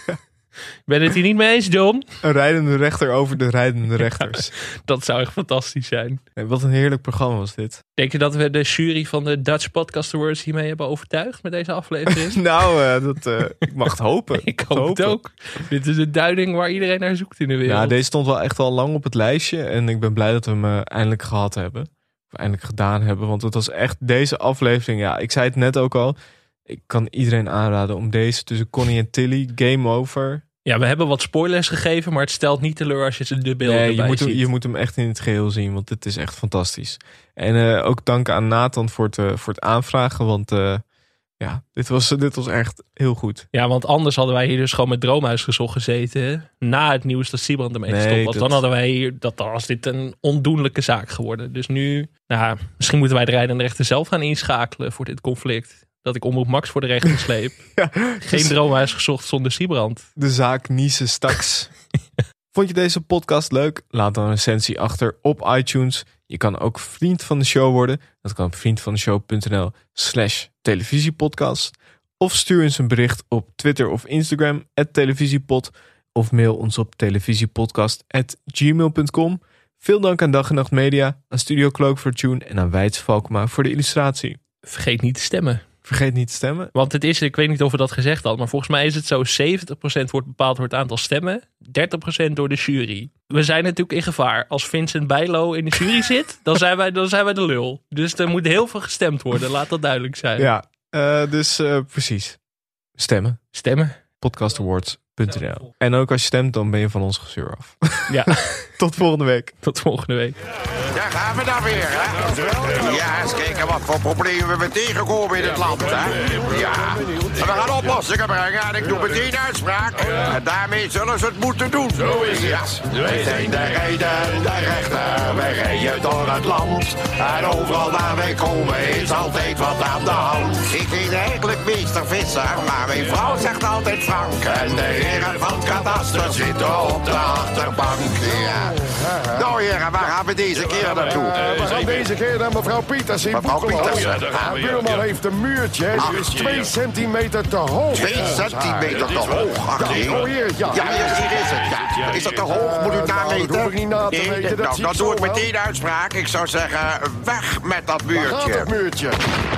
Speaker 1: Ik ben het hier niet mee eens, John.
Speaker 2: Een rijdende rechter over de rijdende rechters.
Speaker 1: Ja, dat zou echt fantastisch zijn.
Speaker 2: Nee, wat een heerlijk programma was dit.
Speaker 1: Denk je dat we de jury van de Dutch Podcast Awards hiermee hebben overtuigd met deze aflevering?
Speaker 2: nou, uh, dat, uh, ik mag het hopen.
Speaker 1: ik hoop hopen. het ook. Dit is de duiding waar iedereen naar zoekt in de wereld.
Speaker 2: Ja, deze stond wel echt al lang op het lijstje. En ik ben blij dat we hem uh, eindelijk gehad hebben. Of eindelijk gedaan hebben. Want het was echt deze aflevering. Ja, ik zei het net ook al. Ik kan iedereen aanraden om deze tussen Connie en Tilly. Game over.
Speaker 1: Ja, we hebben wat spoilers gegeven, maar het stelt niet teleur als je ze de beelden
Speaker 2: nee,
Speaker 1: erbij
Speaker 2: je moet, hem,
Speaker 1: ziet.
Speaker 2: je moet hem echt in het geheel zien, want het is echt fantastisch. En uh, ook dank aan Nathan voor het, uh, voor het aanvragen, want uh, ja, dit was, dit was echt heel goed.
Speaker 1: Ja, want anders hadden wij hier dus gewoon met Droomhuis gezocht gezeten, na het nieuws dat Siebrand ermee
Speaker 2: nee,
Speaker 1: gestopt was.
Speaker 2: dat...
Speaker 1: Dan hadden wij hier, dat dan was dit een ondoenlijke zaak geworden. Dus nu, nou, misschien moeten wij de rijdende rechter zelf gaan inschakelen voor dit conflict. Dat ik Omroep Max voor de rechter sleep. ja, Geen dus Droomhuis gezocht zonder Siebrand.
Speaker 2: De zaak Niese Staks. Vond je deze podcast leuk? Laat dan een recensie achter op iTunes. Je kan ook vriend van de show worden. Dat kan op vriendvandeshow.nl slash televisiepodcast. Of stuur ons een bericht op Twitter of Instagram at televisiepod. Of mail ons op televisiepodcast at gmail punt com. Veel dank aan Dag en Nacht Media, aan Studio Cloak voor Tune en aan Weits Valkema voor de illustratie.
Speaker 1: Vergeet niet te stemmen.
Speaker 2: Vergeet niet te stemmen.
Speaker 1: Want het is, ik weet niet of we dat gezegd hadden, maar volgens mij is het zo: zeventig procent wordt bepaald door het aantal stemmen, dertig procent door de jury. We zijn natuurlijk in gevaar. Als Vincent Bijlo in de jury zit, dan zijn wij, dan zijn wij de lul. Dus er moet heel veel gestemd worden, laat dat duidelijk zijn.
Speaker 2: Ja, uh, dus uh, precies. Stemmen.
Speaker 1: Stemmen.
Speaker 2: podcast awards punt n l. En ook als je stemt, dan ben je van ons gezeur af.
Speaker 1: Ja.
Speaker 2: Tot volgende week.
Speaker 1: Tot volgende week.
Speaker 15: Daar gaan we dan weer, hè? Ja, eens kijken wat voor problemen we tegenkomen in het land, hè? Ja, en we gaan oplossingen brengen en ik doe meteen uitspraak. En daarmee zullen ze het moeten doen. Zo is het. Ja. Wij zijn de rijdende rechter, wij rijden door het land. En overal waar wij komen is altijd wat aan de hand. Ik heet eigenlijk meester Visser, maar mijn vrouw zegt altijd Frank. En de heren van het kadaster zitten op de achterbank. Ja. Nou heren, waar gaan we deze keer naartoe?
Speaker 16: Uh, we gaan deze keer naar mevrouw Pieters in
Speaker 15: Mevrouw Pieters.
Speaker 16: De buurman heeft een muurtje, dus twee centimeter te hoog.
Speaker 15: Twee centimeter te hoog? Ach, nee.
Speaker 16: Ja, oh, hier, ja.
Speaker 15: Ja, hier is het. Ja. Is dat te hoog? Moet u het nameten?
Speaker 16: Dat hoef ik niet na te
Speaker 15: nee,
Speaker 16: meten.
Speaker 15: Nou, dan doe ik meteen de uitspraak. Ik zou zeggen, weg met dat muurtje.
Speaker 16: Waar gaat dat muurtje?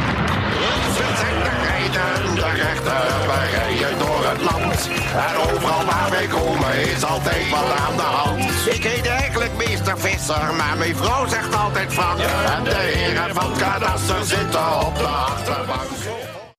Speaker 15: We zijn de rijdende rechter, wij rijden door het land. En overal waar wij komen is altijd wat aan de hand. Ik heet eigenlijk meester Visser, maar mijn vrouw zegt altijd Frank. En de heren van het kadaster zitten op de achterbank.